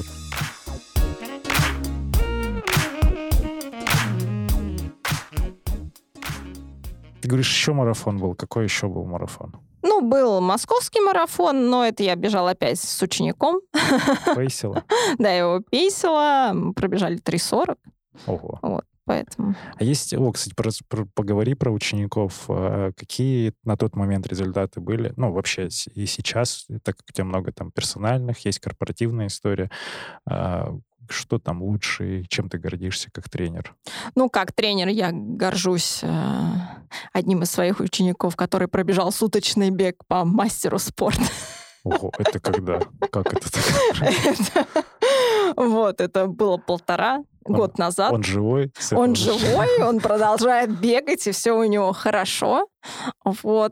Ты говоришь, еще марафон был. Какой еще был марафон? Ну, был московский марафон, но это я бежала опять с учеником. Весело? Да, я его пейсила, мы пробежали три сорок, Ого. вот, поэтому... А есть, о, кстати, про- про- поговори про учеников. А Какие на тот момент результаты были? Ну, вообще с- и сейчас, так как у тебя много там персональных, есть корпоративная история. А Что там лучше и чем ты гордишься как тренер? Ну, как тренер я горжусь э, одним из своих учеников, который пробежал суточный бег по мастеру спорта. Ого, это когда? Как это так? Это- Вот, это было полтора год назад. Он живой? С этого Он начнем. живой, он продолжает бегать, и все у него хорошо. Вот,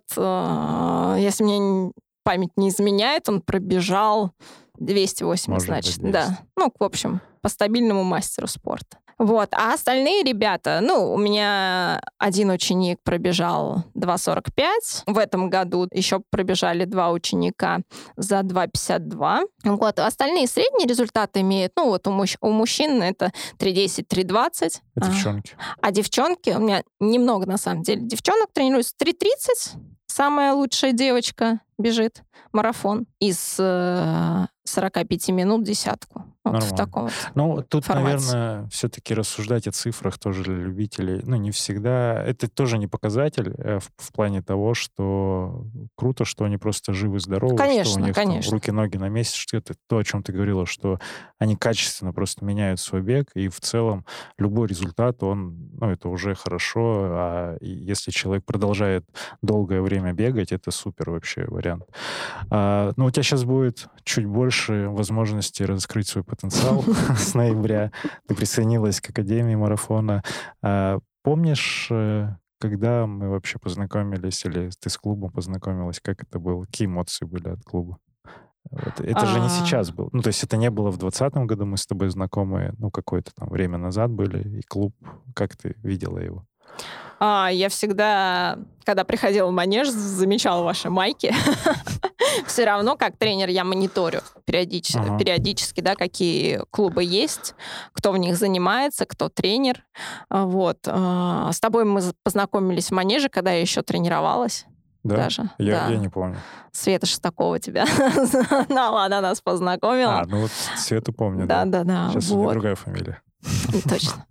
э, если мне н- память не изменяет, он пробежал двести восемьдесят, Может быть, значит, двести. да. Ну, в общем, по стабильному мастеру спорта. Вот, а остальные ребята, ну, у меня один ученик пробежал два сорок пять, в этом году еще пробежали два ученика за два пятьдесят два. Вот, а остальные средние результаты имеют, ну, вот у, мужч- у мужчин это три десять, три двадцать. А А, девчонки? а девчонки, у меня немного на самом деле девчонок тренируются, три тридцать. Самая лучшая девочка бежит марафон из э, сорок пять минут десятку. Вот в Нормально. таком вот. Ну, тут, формате. наверное, все-таки рассуждать о цифрах тоже для любителей, ну, не всегда. Это тоже не показатель э, в, в плане того, что круто, что они просто живы-здоровы, Конечно, что у них там конечно. руки-ноги на месте, что это то, о чем ты говорила, что они качественно просто меняют свой бег, и в целом любой результат, он, ну, это уже хорошо, а и если человек продолжает долгое время бегать, это супер вообще вариант. А, ну, у тебя сейчас будет чуть больше возможности раскрыть свой потенциал с ноября. Ты присоединилась к Академии марафона. Помнишь, когда мы вообще познакомились, или ты с клубом познакомилась, как это было? Какие эмоции были от клуба? Вот. Это же не сейчас было. Ну, то есть это не было в двадцатом году, мы с тобой знакомы, ну, какое-то там время назад были, и клуб, как ты видела его? А, я всегда, когда приходила в манеж, замечала ваши майки. Все равно, как тренер, я мониторю периодически, ага. периодически, да, какие клубы есть, кто в них занимается, кто тренер. Вот. С тобой мы познакомились в манеже, когда я еще тренировалась. Да? Даже. Я, да. я не помню. Света Шестакова тебя знала, она нас познакомила. А, ну вот Свету помню, да. Да-да-да. Сейчас у меня другая фамилия. Точно.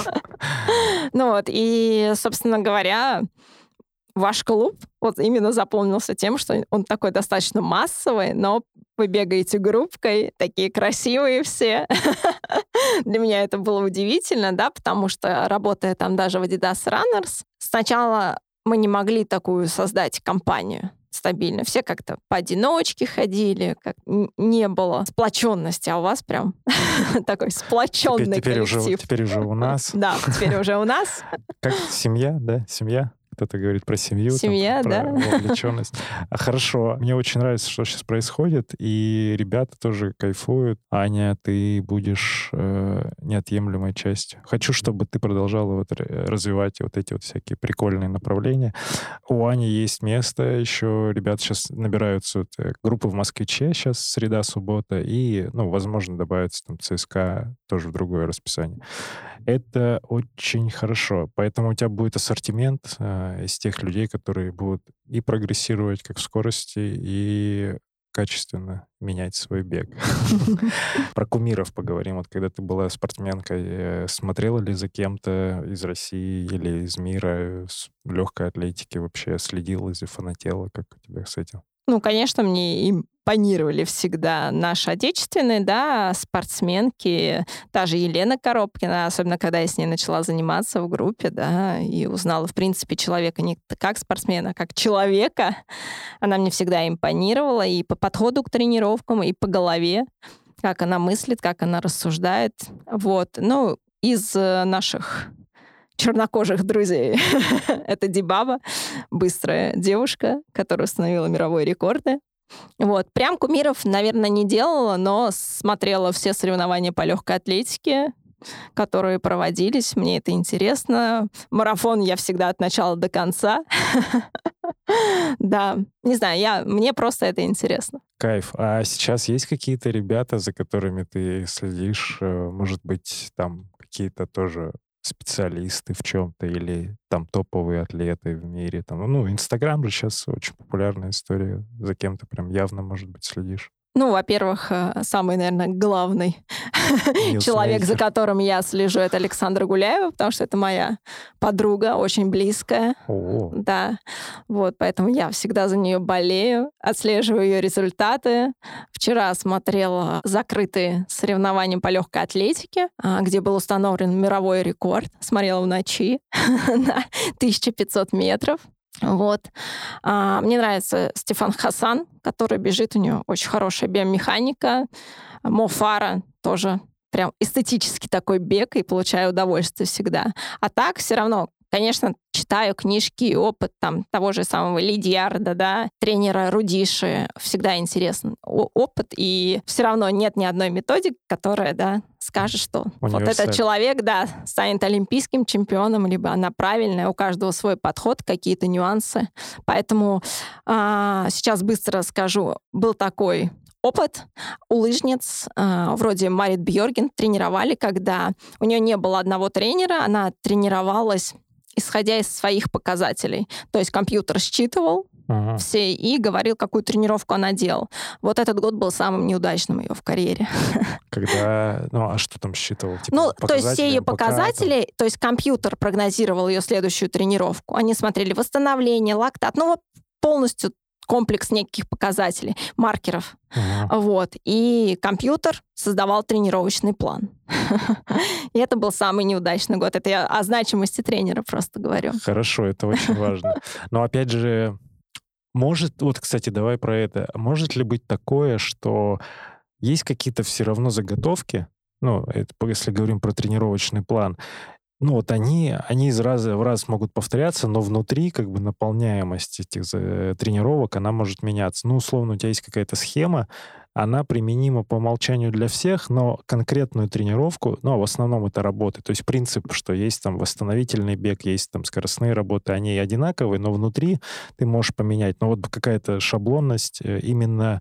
Ну вот, и, собственно говоря, ваш клуб вот именно запомнился тем, что он такой достаточно массовый, но вы бегаете группкой, такие красивые все. Для меня это было удивительно, да, потому что, работая там даже в Adidas Runners, сначала мы не могли такую создать компанию стабильно. Все как-то поодиночке ходили, как не было сплоченности, а у вас прям такой сплоченный теперь, теперь коллектив. Уже, теперь уже у нас. Да, теперь уже у нас. Как семья, да? Семья? Кто-то говорит про семью, Семья, там, да. про вовлеченность. Хорошо. Мне очень нравится, что сейчас происходит, и ребята тоже кайфуют. Аня, ты будешь э, неотъемлемой частью. Хочу, чтобы ты продолжала вот развивать вот эти вот всякие прикольные направления. У Ани есть место еще. Ребята сейчас набираются вот, группы в Москвиче, сейчас среда, суббота, и, ну, возможно, добавится там ЦСКА тоже в другое расписание. Это очень хорошо. Поэтому у тебя будет ассортимент э, из тех людей, которые будут и прогрессировать как в скорости, и качественно менять свой бег. Про кумиров поговорим. Вот когда ты была спортсменкой, смотрела ли за кем-то из России или из мира с легкой атлетики вообще? Следила ли, фанатела? Как у тебя с этим? Ну, конечно, мне импонировали всегда наши отечественные, да, спортсменки. Та же Елена Коробкина, особенно когда я с ней начала заниматься в группе, да, и узнала, в принципе, человека не как спортсмена, а как человека. Она мне всегда импонировала и по подходу к тренировкам, и по голове, как она мыслит, как она рассуждает. Вот. Ну, из наших чернокожих друзей. Это Дибаба, быстрая девушка, которая установила мировые рекорды. Вот. Прям кумиров, наверное, не делала, но смотрела все соревнования по легкой атлетике, которые проводились. Мне это интересно. Марафон я всегда от начала до конца. Да, не знаю, я, мне просто это интересно. Кайф. А сейчас есть какие-то ребята, за которыми ты следишь? Может быть, там какие-то тоже специалисты в чем-то или там топовые атлеты в мире. Там, ну, Инстаграм же сейчас очень популярная история. За кем-то прям явно, может быть, следишь. Ну, во-первых, самый, наверное, главный человек, за которым я слежу, это Александра Гуляева, потому что это моя подруга, очень близкая. О. Да. Вот, поэтому я всегда за нее болею, отслеживаю ее результаты. Вчера смотрела закрытые соревнования по легкой атлетике, где был установлен мировой рекорд. Смотрела в ночи на тысяча пятьсот метров. Вот. А, мне нравится Стефан Хасан, который бежит, у него очень хорошая биомеханика. Мо Фара тоже прям эстетический такой бег, и получаю удовольствие всегда. А так все равно, конечно, читаю книжки и опыт там того же самого Лидьярда, да, тренера Рудиши. Всегда интересен опыт, и все равно нет ни одной методики, которая, да, скажет, что вот этот человек, да, станет олимпийским чемпионом, либо она правильная, у каждого свой подход, какие-то нюансы. Поэтому а, сейчас быстро скажу, был такой опыт у лыжниц, э, вроде Марит Бьорген, тренировали, когда у нее не было одного тренера, она тренировалась, исходя из своих показателей. То есть компьютер считывал ага. все и говорил, какую тренировку она делала. Вот этот год был самым неудачным ее в карьере. Когда... Ну, а что там считывал? Типа, ну, то есть все ее показатели, там... то есть компьютер прогнозировал ее следующую тренировку. Они смотрели восстановление, лактат, ну, вот полностью комплекс неких показателей, маркеров. Uh-huh. Вот. И компьютер создавал тренировочный план. И это был самый неудачный год. Это я о значимости тренера просто говорю. Хорошо, это очень важно. Но опять же, может... Вот, кстати, давай про это. Может ли быть такое, что есть какие-то все равно заготовки, ну, это если говорим про тренировочный план, ну, вот они, они из раза в раз могут повторяться, но внутри как бы наполняемость этих за- тренировок, она может меняться. Ну, условно, у тебя есть какая-то схема, она применима по умолчанию для всех, но конкретную тренировку, ну, в основном это работы. То есть принцип, что есть там восстановительный бег, есть там скоростные работы, они одинаковые, но внутри ты можешь поменять. Но вот какая-то шаблонность э, именно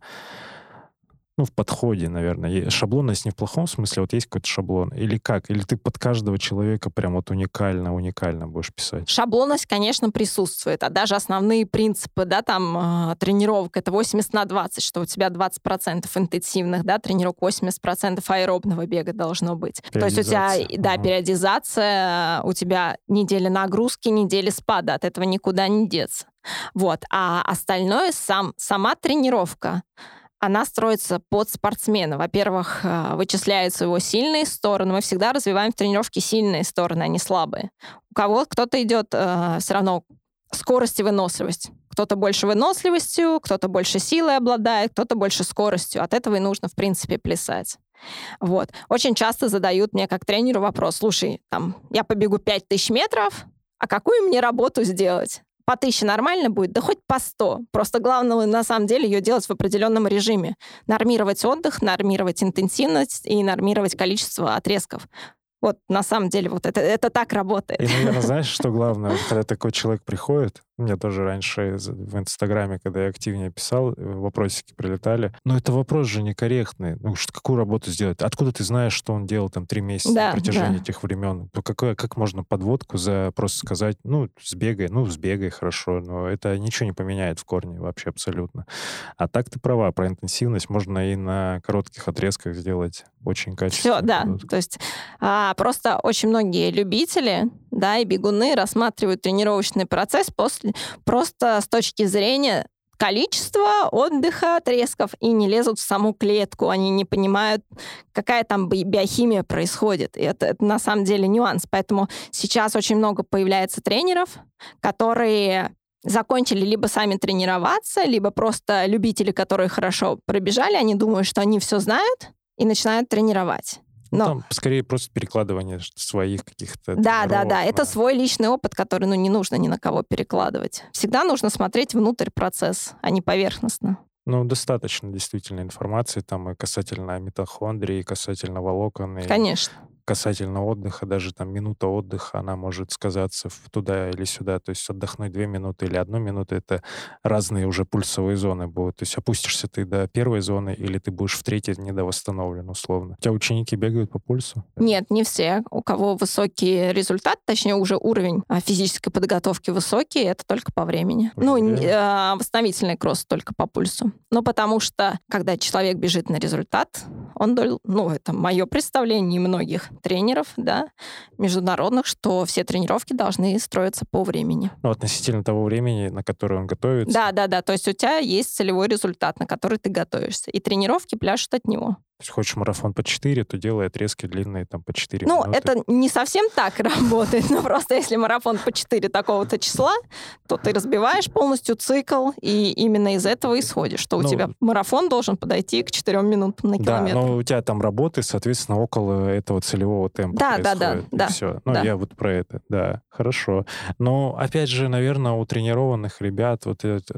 ну, в подходе, наверное. Е- Шаблонность не в плохом смысле, вот есть какой-то шаблон. Или как? Или ты под каждого человека прям вот уникально, уникально будешь писать? Шаблонность, конечно, присутствует, а даже основные принципы, да, там, э, тренировок, это восемьдесят на двадцать, что у тебя двадцать процентов интенсивных, да, тренировок, восемьдесят процентов аэробного бега должно быть. То есть у тебя, Периодизация. да, Мгм. периодизация, у тебя недели нагрузки, недели спада, от этого никуда не деться. Вот. А остальное, сам, сама тренировка, она строится под спортсмена. Во-первых, э, вычисляются его сильные стороны. Мы всегда развиваем в тренировке сильные стороны, а не слабые. У кого кто-то идет э, все равно скорость и выносливость. Кто-то больше выносливостью, кто-то больше силой обладает, кто-то больше скоростью. От этого и нужно, в принципе, плясать. Вот. Очень часто задают мне как тренеру вопрос: слушай, там, я побегу пять тысяч метров, а какую мне работу сделать? По тысяче нормально будет? Да хоть по сто. Просто главное, на самом деле, ее делать в определенном режиме. Нормировать отдых, нормировать интенсивность и нормировать количество отрезков. Вот на самом деле вот это, это так работает. И, наверное, знаешь, что главное? Вот когда такой человек приходит, мне тоже раньше из- в Инстаграме, когда я активнее писал, э, вопросики прилетали. Но это вопрос же некорректный. Ну, что, какую работу сделать? Откуда ты знаешь, что он делал там три месяца Да, на протяжении да. этих времен? Ну, какое, как можно подводку за просто сказать, ну, сбегай, ну, сбегай, хорошо, но это ничего не поменяет в корне вообще абсолютно. А так ты права, про интенсивность можно и на коротких отрезках сделать очень Все, качественную да. подводку. То есть а, просто очень многие любители, да, и бегуны рассматривают тренировочный процесс после, просто с точки зрения количества отдыха, отрезков, и не лезут в саму клетку. Они не понимают, какая там би- биохимия происходит. И это, это на самом деле нюанс. Поэтому сейчас очень много появляется тренеров, которые закончили либо сами тренироваться, либо просто любители, которые хорошо пробежали, они думают, что они все знают, и начинают тренировать. Ну, Но там скорее просто перекладывание ш- своих каких-то да, да, тренировок да, это на- свой личный опыт, который, ну, не нужно ни на кого перекладывать. Всегда нужно смотреть внутрь процесс, а не поверхностно. Ну, достаточно действительно информации там и касательно митохондрий, и касательно волокон, и Конечно. касательно отдыха. Даже там минута отдыха, она может сказаться в туда или сюда. То есть отдохнуть две минуты или одну минуту — это разные уже пульсовые зоны будут. То есть опустишься ты до первой зоны или ты будешь в третьей недовосстановлен, условно. У тебя ученики бегают по пульсу? Нет, не все. У кого высокий результат, точнее, уже уровень а, физической подготовки высокий, это только по времени. Уже Ну, н- время? э, восстановительный кросс только по пульсу. Ну, потому что, когда человек бежит на результат, он, дол- ну, это мое представление и многих тренеров, да, международных, что все тренировки должны строиться по времени. Ну, относительно того времени, на которое он готовится. Да, да, да. То есть у тебя есть целевой результат, на который ты готовишься. И тренировки пляшут от него. Если хочешь марафон по четыре, то делай отрезки длинные там по четыре Ну, минуты. это не совсем так работает. Но просто если марафон по четыре такого-то числа, то ты разбиваешь полностью цикл, и именно из этого исходишь, что у Ну, тебя марафон должен подойти к четырем минутам на Да, километр. но у тебя там работы, соответственно, около этого целевого темпа Да, да, да, происходит, и да, все. Ну, да. я вот про это, да, хорошо. Но, опять же, наверное, у тренированных ребят вот это,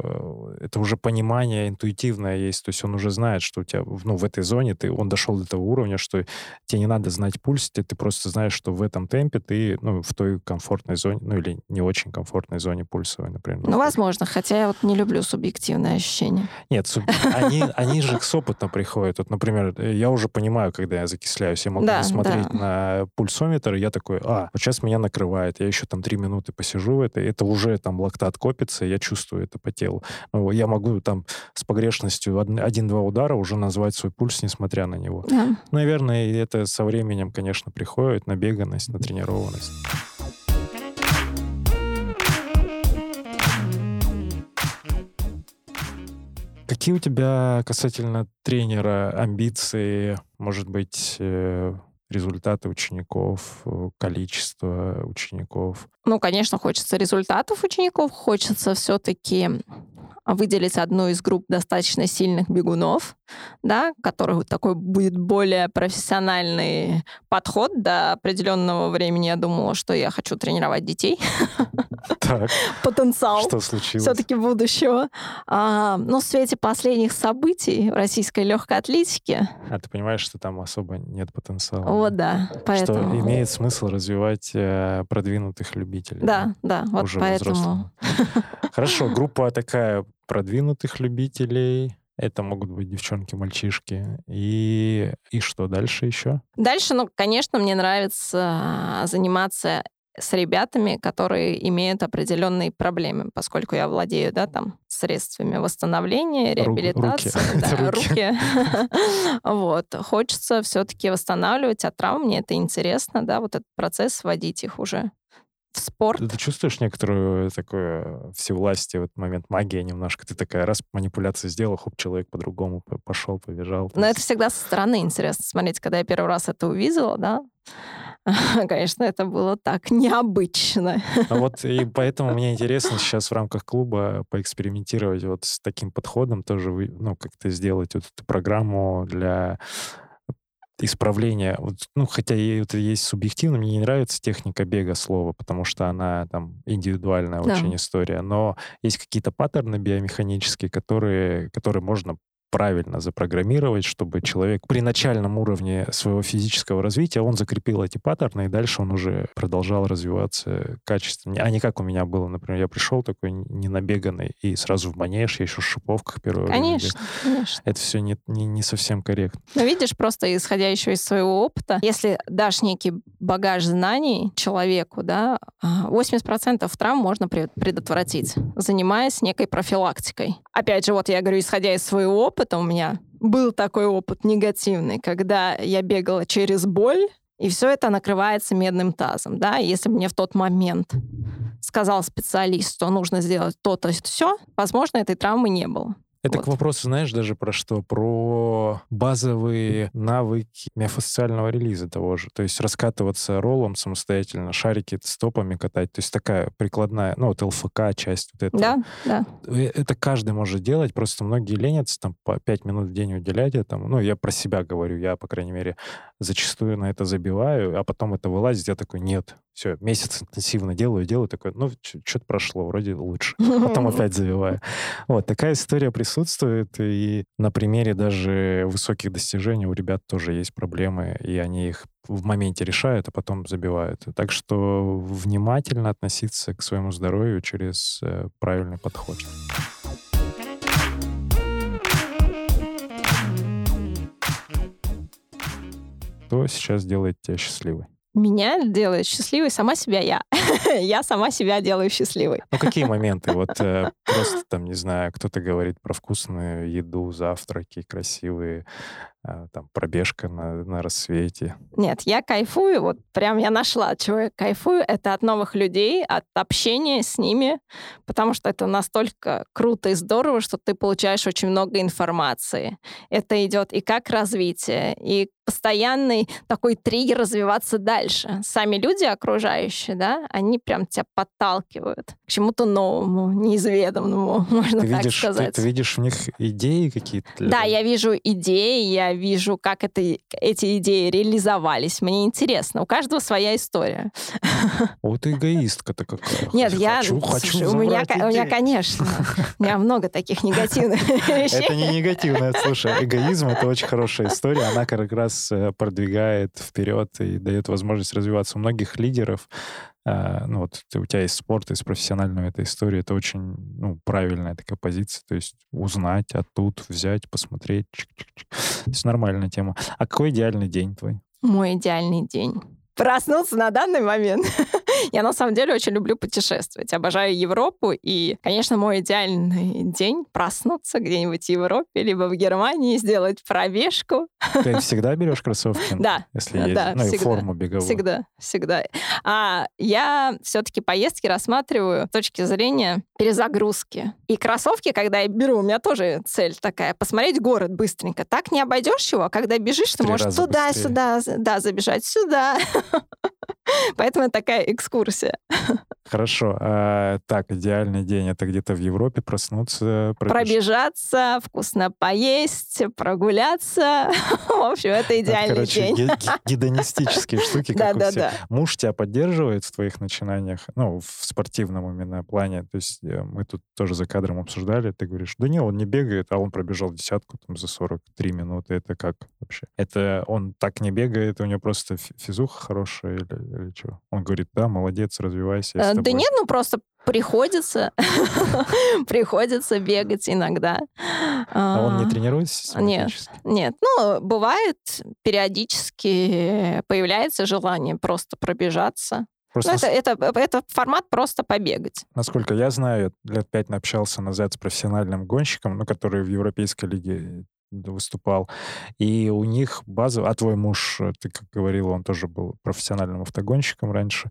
э, это уже понимание интуитивное есть, то есть он уже знает, что у тебя, ну, в этой зоне ты, он дошел до того уровня, что тебе не надо знать пульс, ты, ты просто знаешь, что в этом темпе ты, ну, в той комфортной зоне, ну, или не очень комфортной зоне пульсовой, например. Ну, находишься. возможно, хотя я вот не люблю субъективное ощущение. Нет, суб- они, они же с опытом приходят. Вот, например, я уже понимаю, когда я закисляюсь, я могу Да, не смотреть да. на пульсометр, и я такой, а, вот сейчас меня накрывает, я еще там три минуты посижу в это, это уже там лактат копится, я чувствую это по телу. Ну, я могу там с погрешностью од- один-два удара уже назвать свой пульс, несмотря на него. Да. Наверное, и это со временем, конечно, приходит, набеганность, натренированность. Какие у тебя касательно тренера амбиции, может быть, э, результаты учеников, э, количество учеников? Ну, конечно, хочется результатов учеников, хочется все-таки выделить одну из групп достаточно сильных бегунов, да, который вот такой будет более профессиональный подход. До определенного времени я думала, что я хочу тренировать детей. Так. Потенциал. Что случилось? Все-таки будущего. А, но в свете последних событий в российской легкой атлетике... А ты понимаешь, что там особо нет потенциала? Вот, да. Поэтому... Что имеет смысл развивать э, продвинутых любителей. Да, да, вот уже поэтому... Хорошо, группа такая продвинутых любителей. Это могут быть девчонки, мальчишки. И, и что дальше еще? Дальше, ну, конечно, мне нравится заниматься с ребятами, которые имеют определенные проблемы, поскольку я владею, да, там, средствами восстановления, реабилитации. Руки. Да, руки. руки. Вот. Хочется все-таки восстанавливать от травм. Мне это интересно, да, вот этот процесс, вводить их уже в спорт. Ты, ты чувствуешь некоторую такое всевластие, вот момент магии немножко? Ты такая раз манипуляцию сделала, хоп, человек по-другому пошел, побежал. Но это всегда со стороны интересно смотреть. Когда я первый раз это увидела, да, конечно, это было так необычно. А вот и поэтому мне интересно сейчас в рамках клуба поэкспериментировать вот с таким подходом, тоже, ну, как-то сделать вот эту программу для исправления. Вот, ну, хотя и это есть субъективно, мне не нравится техника бега слова, потому что она там индивидуальная Да. очень история, но есть какие-то паттерны биомеханические, которые, которые можно правильно запрограммировать, чтобы человек при начальном уровне своего физического развития, он закрепил эти паттерны, и дальше он уже продолжал развиваться качественно. А не как у меня было, например, я пришел такой ненабеганный и сразу в манеж, я еще в шиповках первое время бегал. Конечно, конечно. Это все не, не, не совсем корректно. Но видишь, просто исходя еще из своего опыта, если дашь некий багаж знаний человеку, да, восемьдесят процентов травм можно предотвратить, занимаясь некой профилактикой. Опять же, вот я говорю, исходя из своего опыта, у меня был такой опыт негативный, когда я бегала через боль, и все это накрывается медным тазом, да, если мне в тот момент сказал специалист, что нужно сделать то-то, все, возможно, этой травмы не было. Это Вот. к вопросу, знаешь, даже про что? Про базовые навыки миофасциального релиза того же. То есть раскатываться роллом самостоятельно, шарики стопами катать. То есть такая прикладная, ну вот ЛФК часть вот этого. Да, да. Это каждый может делать, просто многие ленятся там по пять минут в день уделять этому. Ну, я про себя говорю, я, по крайней мере, зачастую на это забиваю, а потом это вылазит, я такой, нет, все, месяц интенсивно делаю, делаю, такой, ну, что-то прошло, вроде лучше. Потом опять забиваю. Вот, такая история присутствует, и на примере даже высоких достижений у ребят тоже есть проблемы, и они их в моменте решают, а потом забивают. Так что внимательно относиться к своему здоровью через э, правильный подход. Что сейчас делает тебя счастливой? Меня делает счастливой сама себя я. Я сама себя делаю счастливой. Ну, какие моменты? Вот э, просто там, не знаю, кто-то говорит про вкусную еду, завтраки красивые, э, там, пробежка на, на рассвете. Нет, я кайфую, вот прям я нашла, от чего я кайфую. Это от новых людей, от общения с ними, потому что это настолько круто и здорово, что ты получаешь очень много информации. Это идет и как развитие, и постоянный такой триггер развиваться дальше. Сами люди окружающие, да, они прям тебя подталкивают к чему-то новому, неизведанному, можно ты так видишь, сказать. Ты, ты видишь в них идеи какие-то? Для... Да, я вижу идеи, я вижу, как это, эти идеи реализовались. Мне интересно. У каждого своя история. Вот эгоистка-то какая. Нет, хочу, я... Хочу, хочу у, меня, идеи. у меня, конечно, у меня много таких негативных вещей. Это не негативное. Слушай, эгоизм — это очень хорошая история. Она как раз продвигает вперед и дает возможность развиваться. У многих лидеров, э, ну вот у тебя есть спорт, из профессионального этой истории, это очень, ну, правильная такая позиция, то есть узнать, а тут взять, посмотреть. Чик-чик-чик. То есть нормальная тема. А какой идеальный день твой? Мой идеальный день. Проснуться на данный момент. Я на самом деле очень люблю путешествовать. Обожаю Европу. И, конечно, мой идеальный день — проснуться где-нибудь в Европе, либо в Германии, сделать пробежку. Ты всегда берешь кроссовки? Да. Если есть, Да, ну и всегда. форму беговую. Всегда, всегда. А я все-таки поездки рассматриваю с точки зрения перезагрузки. И кроссовки, когда я беру, у меня тоже цель такая — посмотреть город быстренько. Так не обойдешь его, а когда бежишь, ты Три можешь раза туда-сюда, да, забежать сюда. Поэтому такая экскурсия. Хорошо. А, так, идеальный день — это где-то в Европе проснуться, пробеж- Пробежаться, вкусно поесть, прогуляться. В общем, это Это, идеальный короче, день. ге- ге- гедонистические штуки, как у всех. Да-да-да. Муж тебя поддерживает в твоих начинаниях, ну, в спортивном именно плане. То есть э, мы тут тоже за кадром обсуждали, ты говоришь, да не, он не бегает, а он пробежал десятку там за сорок три минуты. Это как вообще? Это он так не бегает, у него просто фи- физуха хорошая или, или что? Он говорит, да, молодец, развивайся, я с Э, Да тобой. нет, ну просто приходится, приходится бегать иногда. А он не А, тренируется Нет, систематически? нет. Ну, бывает, периодически появляется желание просто пробежаться. Просто, Ну, нас- это, это, это формат просто побегать. насколько я знаю, я лет пять общался назад с профессиональным гонщиком, ну, который в Европейской лиге выступал, и у них база... А твой муж, э, ты как говорил, он тоже был профессиональным автогонщиком раньше.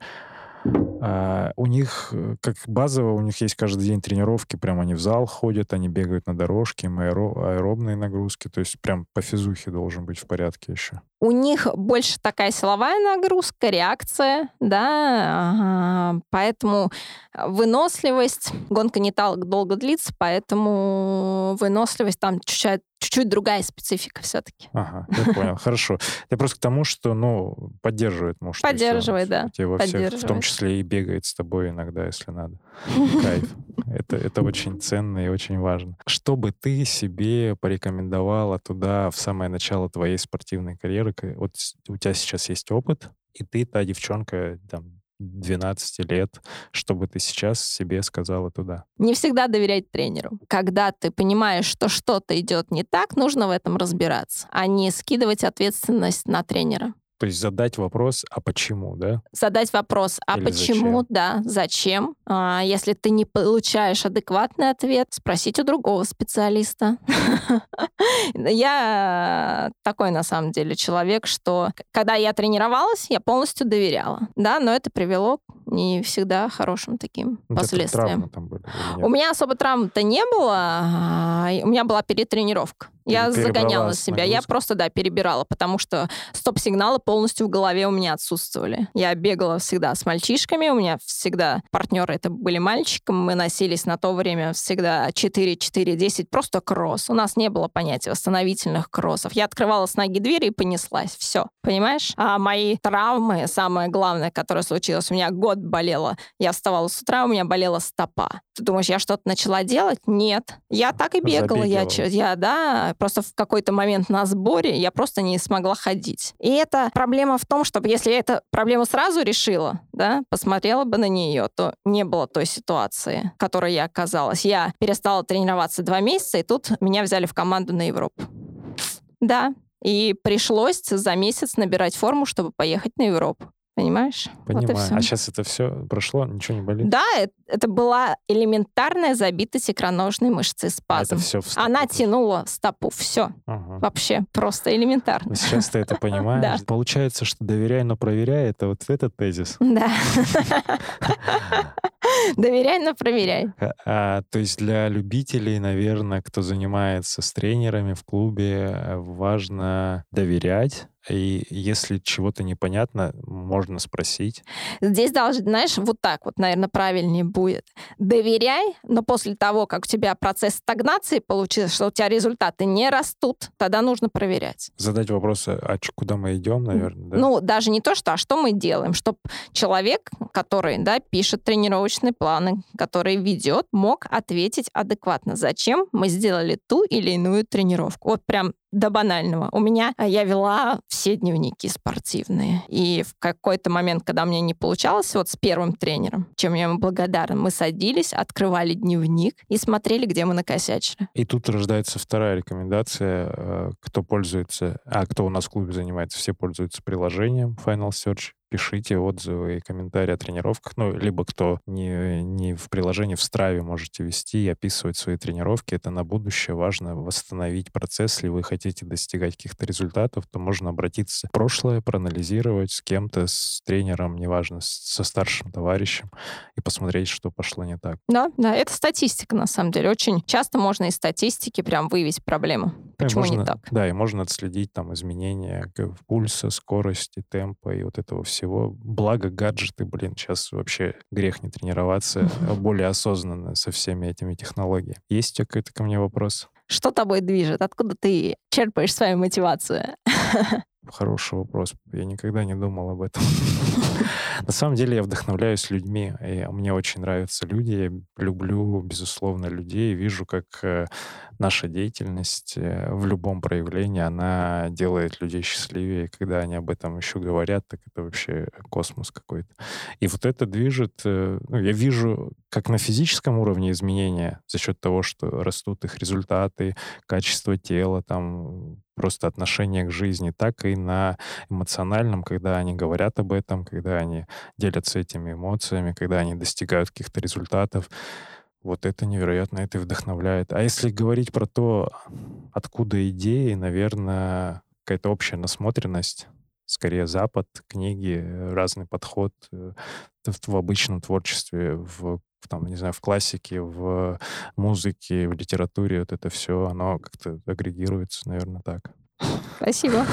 А, у них, э, как базово, у них есть каждый день тренировки, прям они в зал ходят, они бегают на дорожке, им аэро- аэробные нагрузки, то есть прям по физухе должен быть в порядке еще. У них больше такая силовая нагрузка, реакция, да, ага, поэтому выносливость, гонка не так долго длится, поэтому выносливость там чуть-чуть, чуть-чуть другая специфика все-таки. Ага, я понял, хорошо. Я просто к тому, что, ну, поддерживает муж. то есть он Поддерживает, да, тебе во всех, в том поддерживает. числе и бегает с тобой иногда, если надо. Кайф. Это, это очень ценно и очень важно. Что бы ты себе порекомендовала туда в самое начало твоей спортивной карьеры? К- Вот с- у тебя сейчас есть опыт, и ты та девчонка, там, двенадцати лет, что бы ты сейчас себе сказала туда? Не всегда доверять тренеру. Когда ты понимаешь, что что-то идет не так, нужно в этом разбираться, а не скидывать ответственность на тренера. То есть задать вопрос, а почему, да? Задать вопрос, а Или почему, зачем? да, зачем? А, если ты не получаешь адекватный ответ, спросить у другого специалиста. Я такой, на самом деле, человек, что к- когда я тренировалась, я полностью доверяла, да, но это привело к не всегда хорошим таким У тебя там травмы последствиям. там были или У нет? меня особо травм-то не было, а, и у меня была перетренировка. Я Пере- перебрала загоняла с себя, я нагрузкой? просто, да, перебирала, потому что стоп-сигналы полностью в голове у меня отсутствовали. Я бегала всегда с мальчишками, у меня всегда партнеры это были мальчики, мы носились на то время всегда четыре четыре десять, просто кросс. У нас не было понятия восстановительных кроссов. Я открывала с ноги двери и понеслась. Все, понимаешь? А мои травмы, самое главное, которое случилось, у меня год болело. Я вставала с утра, у меня болела стопа. Ты думаешь, я что-то начала делать? Нет. Я так и бегала. Я, Забегивала. чё- я, да, просто в какой-то момент на сборе я просто не смогла ходить. И это проблема в том, что если я эту проблему сразу решила, да, посмотрела бы на нее, то не было той ситуации, в которой я оказалась. Я перестала тренироваться два месяца, и тут меня взяли в команду на Европу. Да, и пришлось за месяц набирать форму, чтобы поехать на Европу. Понимаешь? Вот и Понимаю. всё. А сейчас это все прошло, ничего не болит? Да, э- это была элементарная забитость икроножной мышцы, А спазм. это все в стопу Она просто? тянула стопу. Все. Ага. Вообще просто элементарно. Ну, сейчас ты это понимаешь. Да. Получается, что доверяй, но проверяй. Это вот этот тезис. Да. Доверяй, но проверяй. А, а, то есть для любителей, наверное, кто занимается с тренерами в клубе, э, важно доверять. И если чего-то непонятно, можно спросить. Здесь должен, знаешь, вот так вот, наверное, правильнее будет. Доверяй, но после того, как у тебя процесс стагнации получился, что у тебя результаты не растут, тогда нужно проверять. Задать вопрос, а ч- куда мы идем, наверное, да? Ну, даже не то, что, а что мы делаем, чтобы человек, который, да, пишет тренировочные планы, который ведет, мог ответить адекватно, зачем мы сделали ту или иную тренировку. Вот прям до банального. У меня а, я вела все дневники спортивные. И в какой-то момент, когда у меня не получалось, вот с первым тренером, чем я ему благодарна, мы садились, открывали дневник и смотрели, где мы накосячили. И тут рождается вторая рекомендация. э, Кто пользуется, а кто у нас в клубе занимается, все пользуются приложением Final Search. Пишите отзывы и комментарии о тренировках. Ну, либо кто не, не в приложении, в Страве можете вести и описывать свои тренировки. Это на будущее важно восстановить процесс. Если вы хотите достигать каких-то результатов, то можно обратиться в прошлое, проанализировать с кем-то, с тренером, неважно, с- со старшим товарищем, и посмотреть, что пошло не так. Да, да, это статистика, на самом деле. Очень часто можно из статистики прям выявить проблему. Почему можно, не так? Да, и можно отследить там изменения пульса, скорости, темпа и вот этого всего. Благо гаджеты, блин, сейчас вообще грех не тренироваться более осознанно со всеми этими технологиями. Есть у тебя какой-то ко мне вопрос? Что тобой движет? Откуда ты черпаешь свою мотивацию? Хороший вопрос. Я никогда не думал об этом. На самом деле я вдохновляюсь людьми. И мне очень нравятся люди. Я люблю, безусловно, людей. Вижу, как э, наша деятельность э, в любом проявлении, она делает людей счастливее. И когда они об этом еще говорят, так это вообще космос какой-то. И вот это движет... Э, ну, я вижу, как на физическом уровне изменения за счет того, что растут их результаты, качество тела, там, просто отношение к жизни, так и на эмоциональном, когда они говорят об этом, когда они делятся этими эмоциями, когда они достигают каких-то результатов. Вот это невероятно, это и вдохновляет. А если говорить про то, откуда идеи, наверное, какая-то общая насмотренность, скорее Запад, книги, разный подход в, в обычном творчестве, в в, там, не знаю, в классике, в музыке, в литературе, вот это все, оно как-то агрегируется, наверное, так. Спасибо.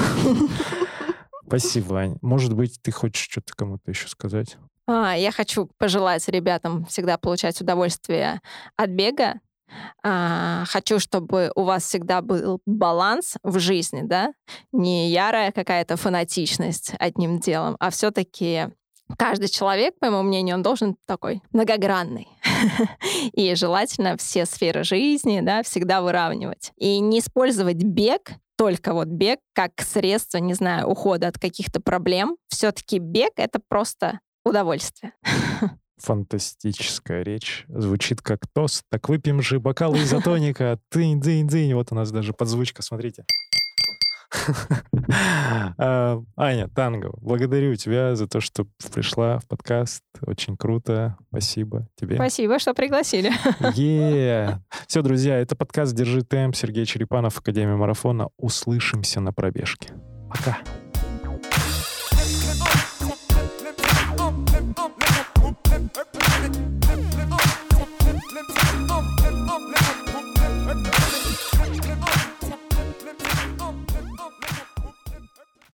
Спасибо, Ань. Может быть, ты хочешь что-то кому-то еще сказать? А, я хочу пожелать ребятам всегда получать удовольствие от бега. А, хочу, чтобы у вас всегда был баланс в жизни, да? Не ярая какая-то фанатичность одним делом, а все-таки каждый человек, по моему мнению, он должен такой многогранный. И желательно все сферы жизни, да, всегда выравнивать. И не использовать бег, только вот бег, как средство, не знаю, ухода от каких-то проблем. Все-таки бег — это просто удовольствие. Фантастическая речь. Звучит как тост. Так выпьем же бокал изотоника. Дынь-дынь-дынь. Вот у нас даже подзвучка, смотрите. Аня Тангова, благодарю тебя за то, что пришла в подкаст. Очень круто. Спасибо тебе. Спасибо, что пригласили. Yeah. Все, друзья, это подкаст «Держи темп». Сергей Черепанов, Академия марафона. Услышимся на пробежке. Пока.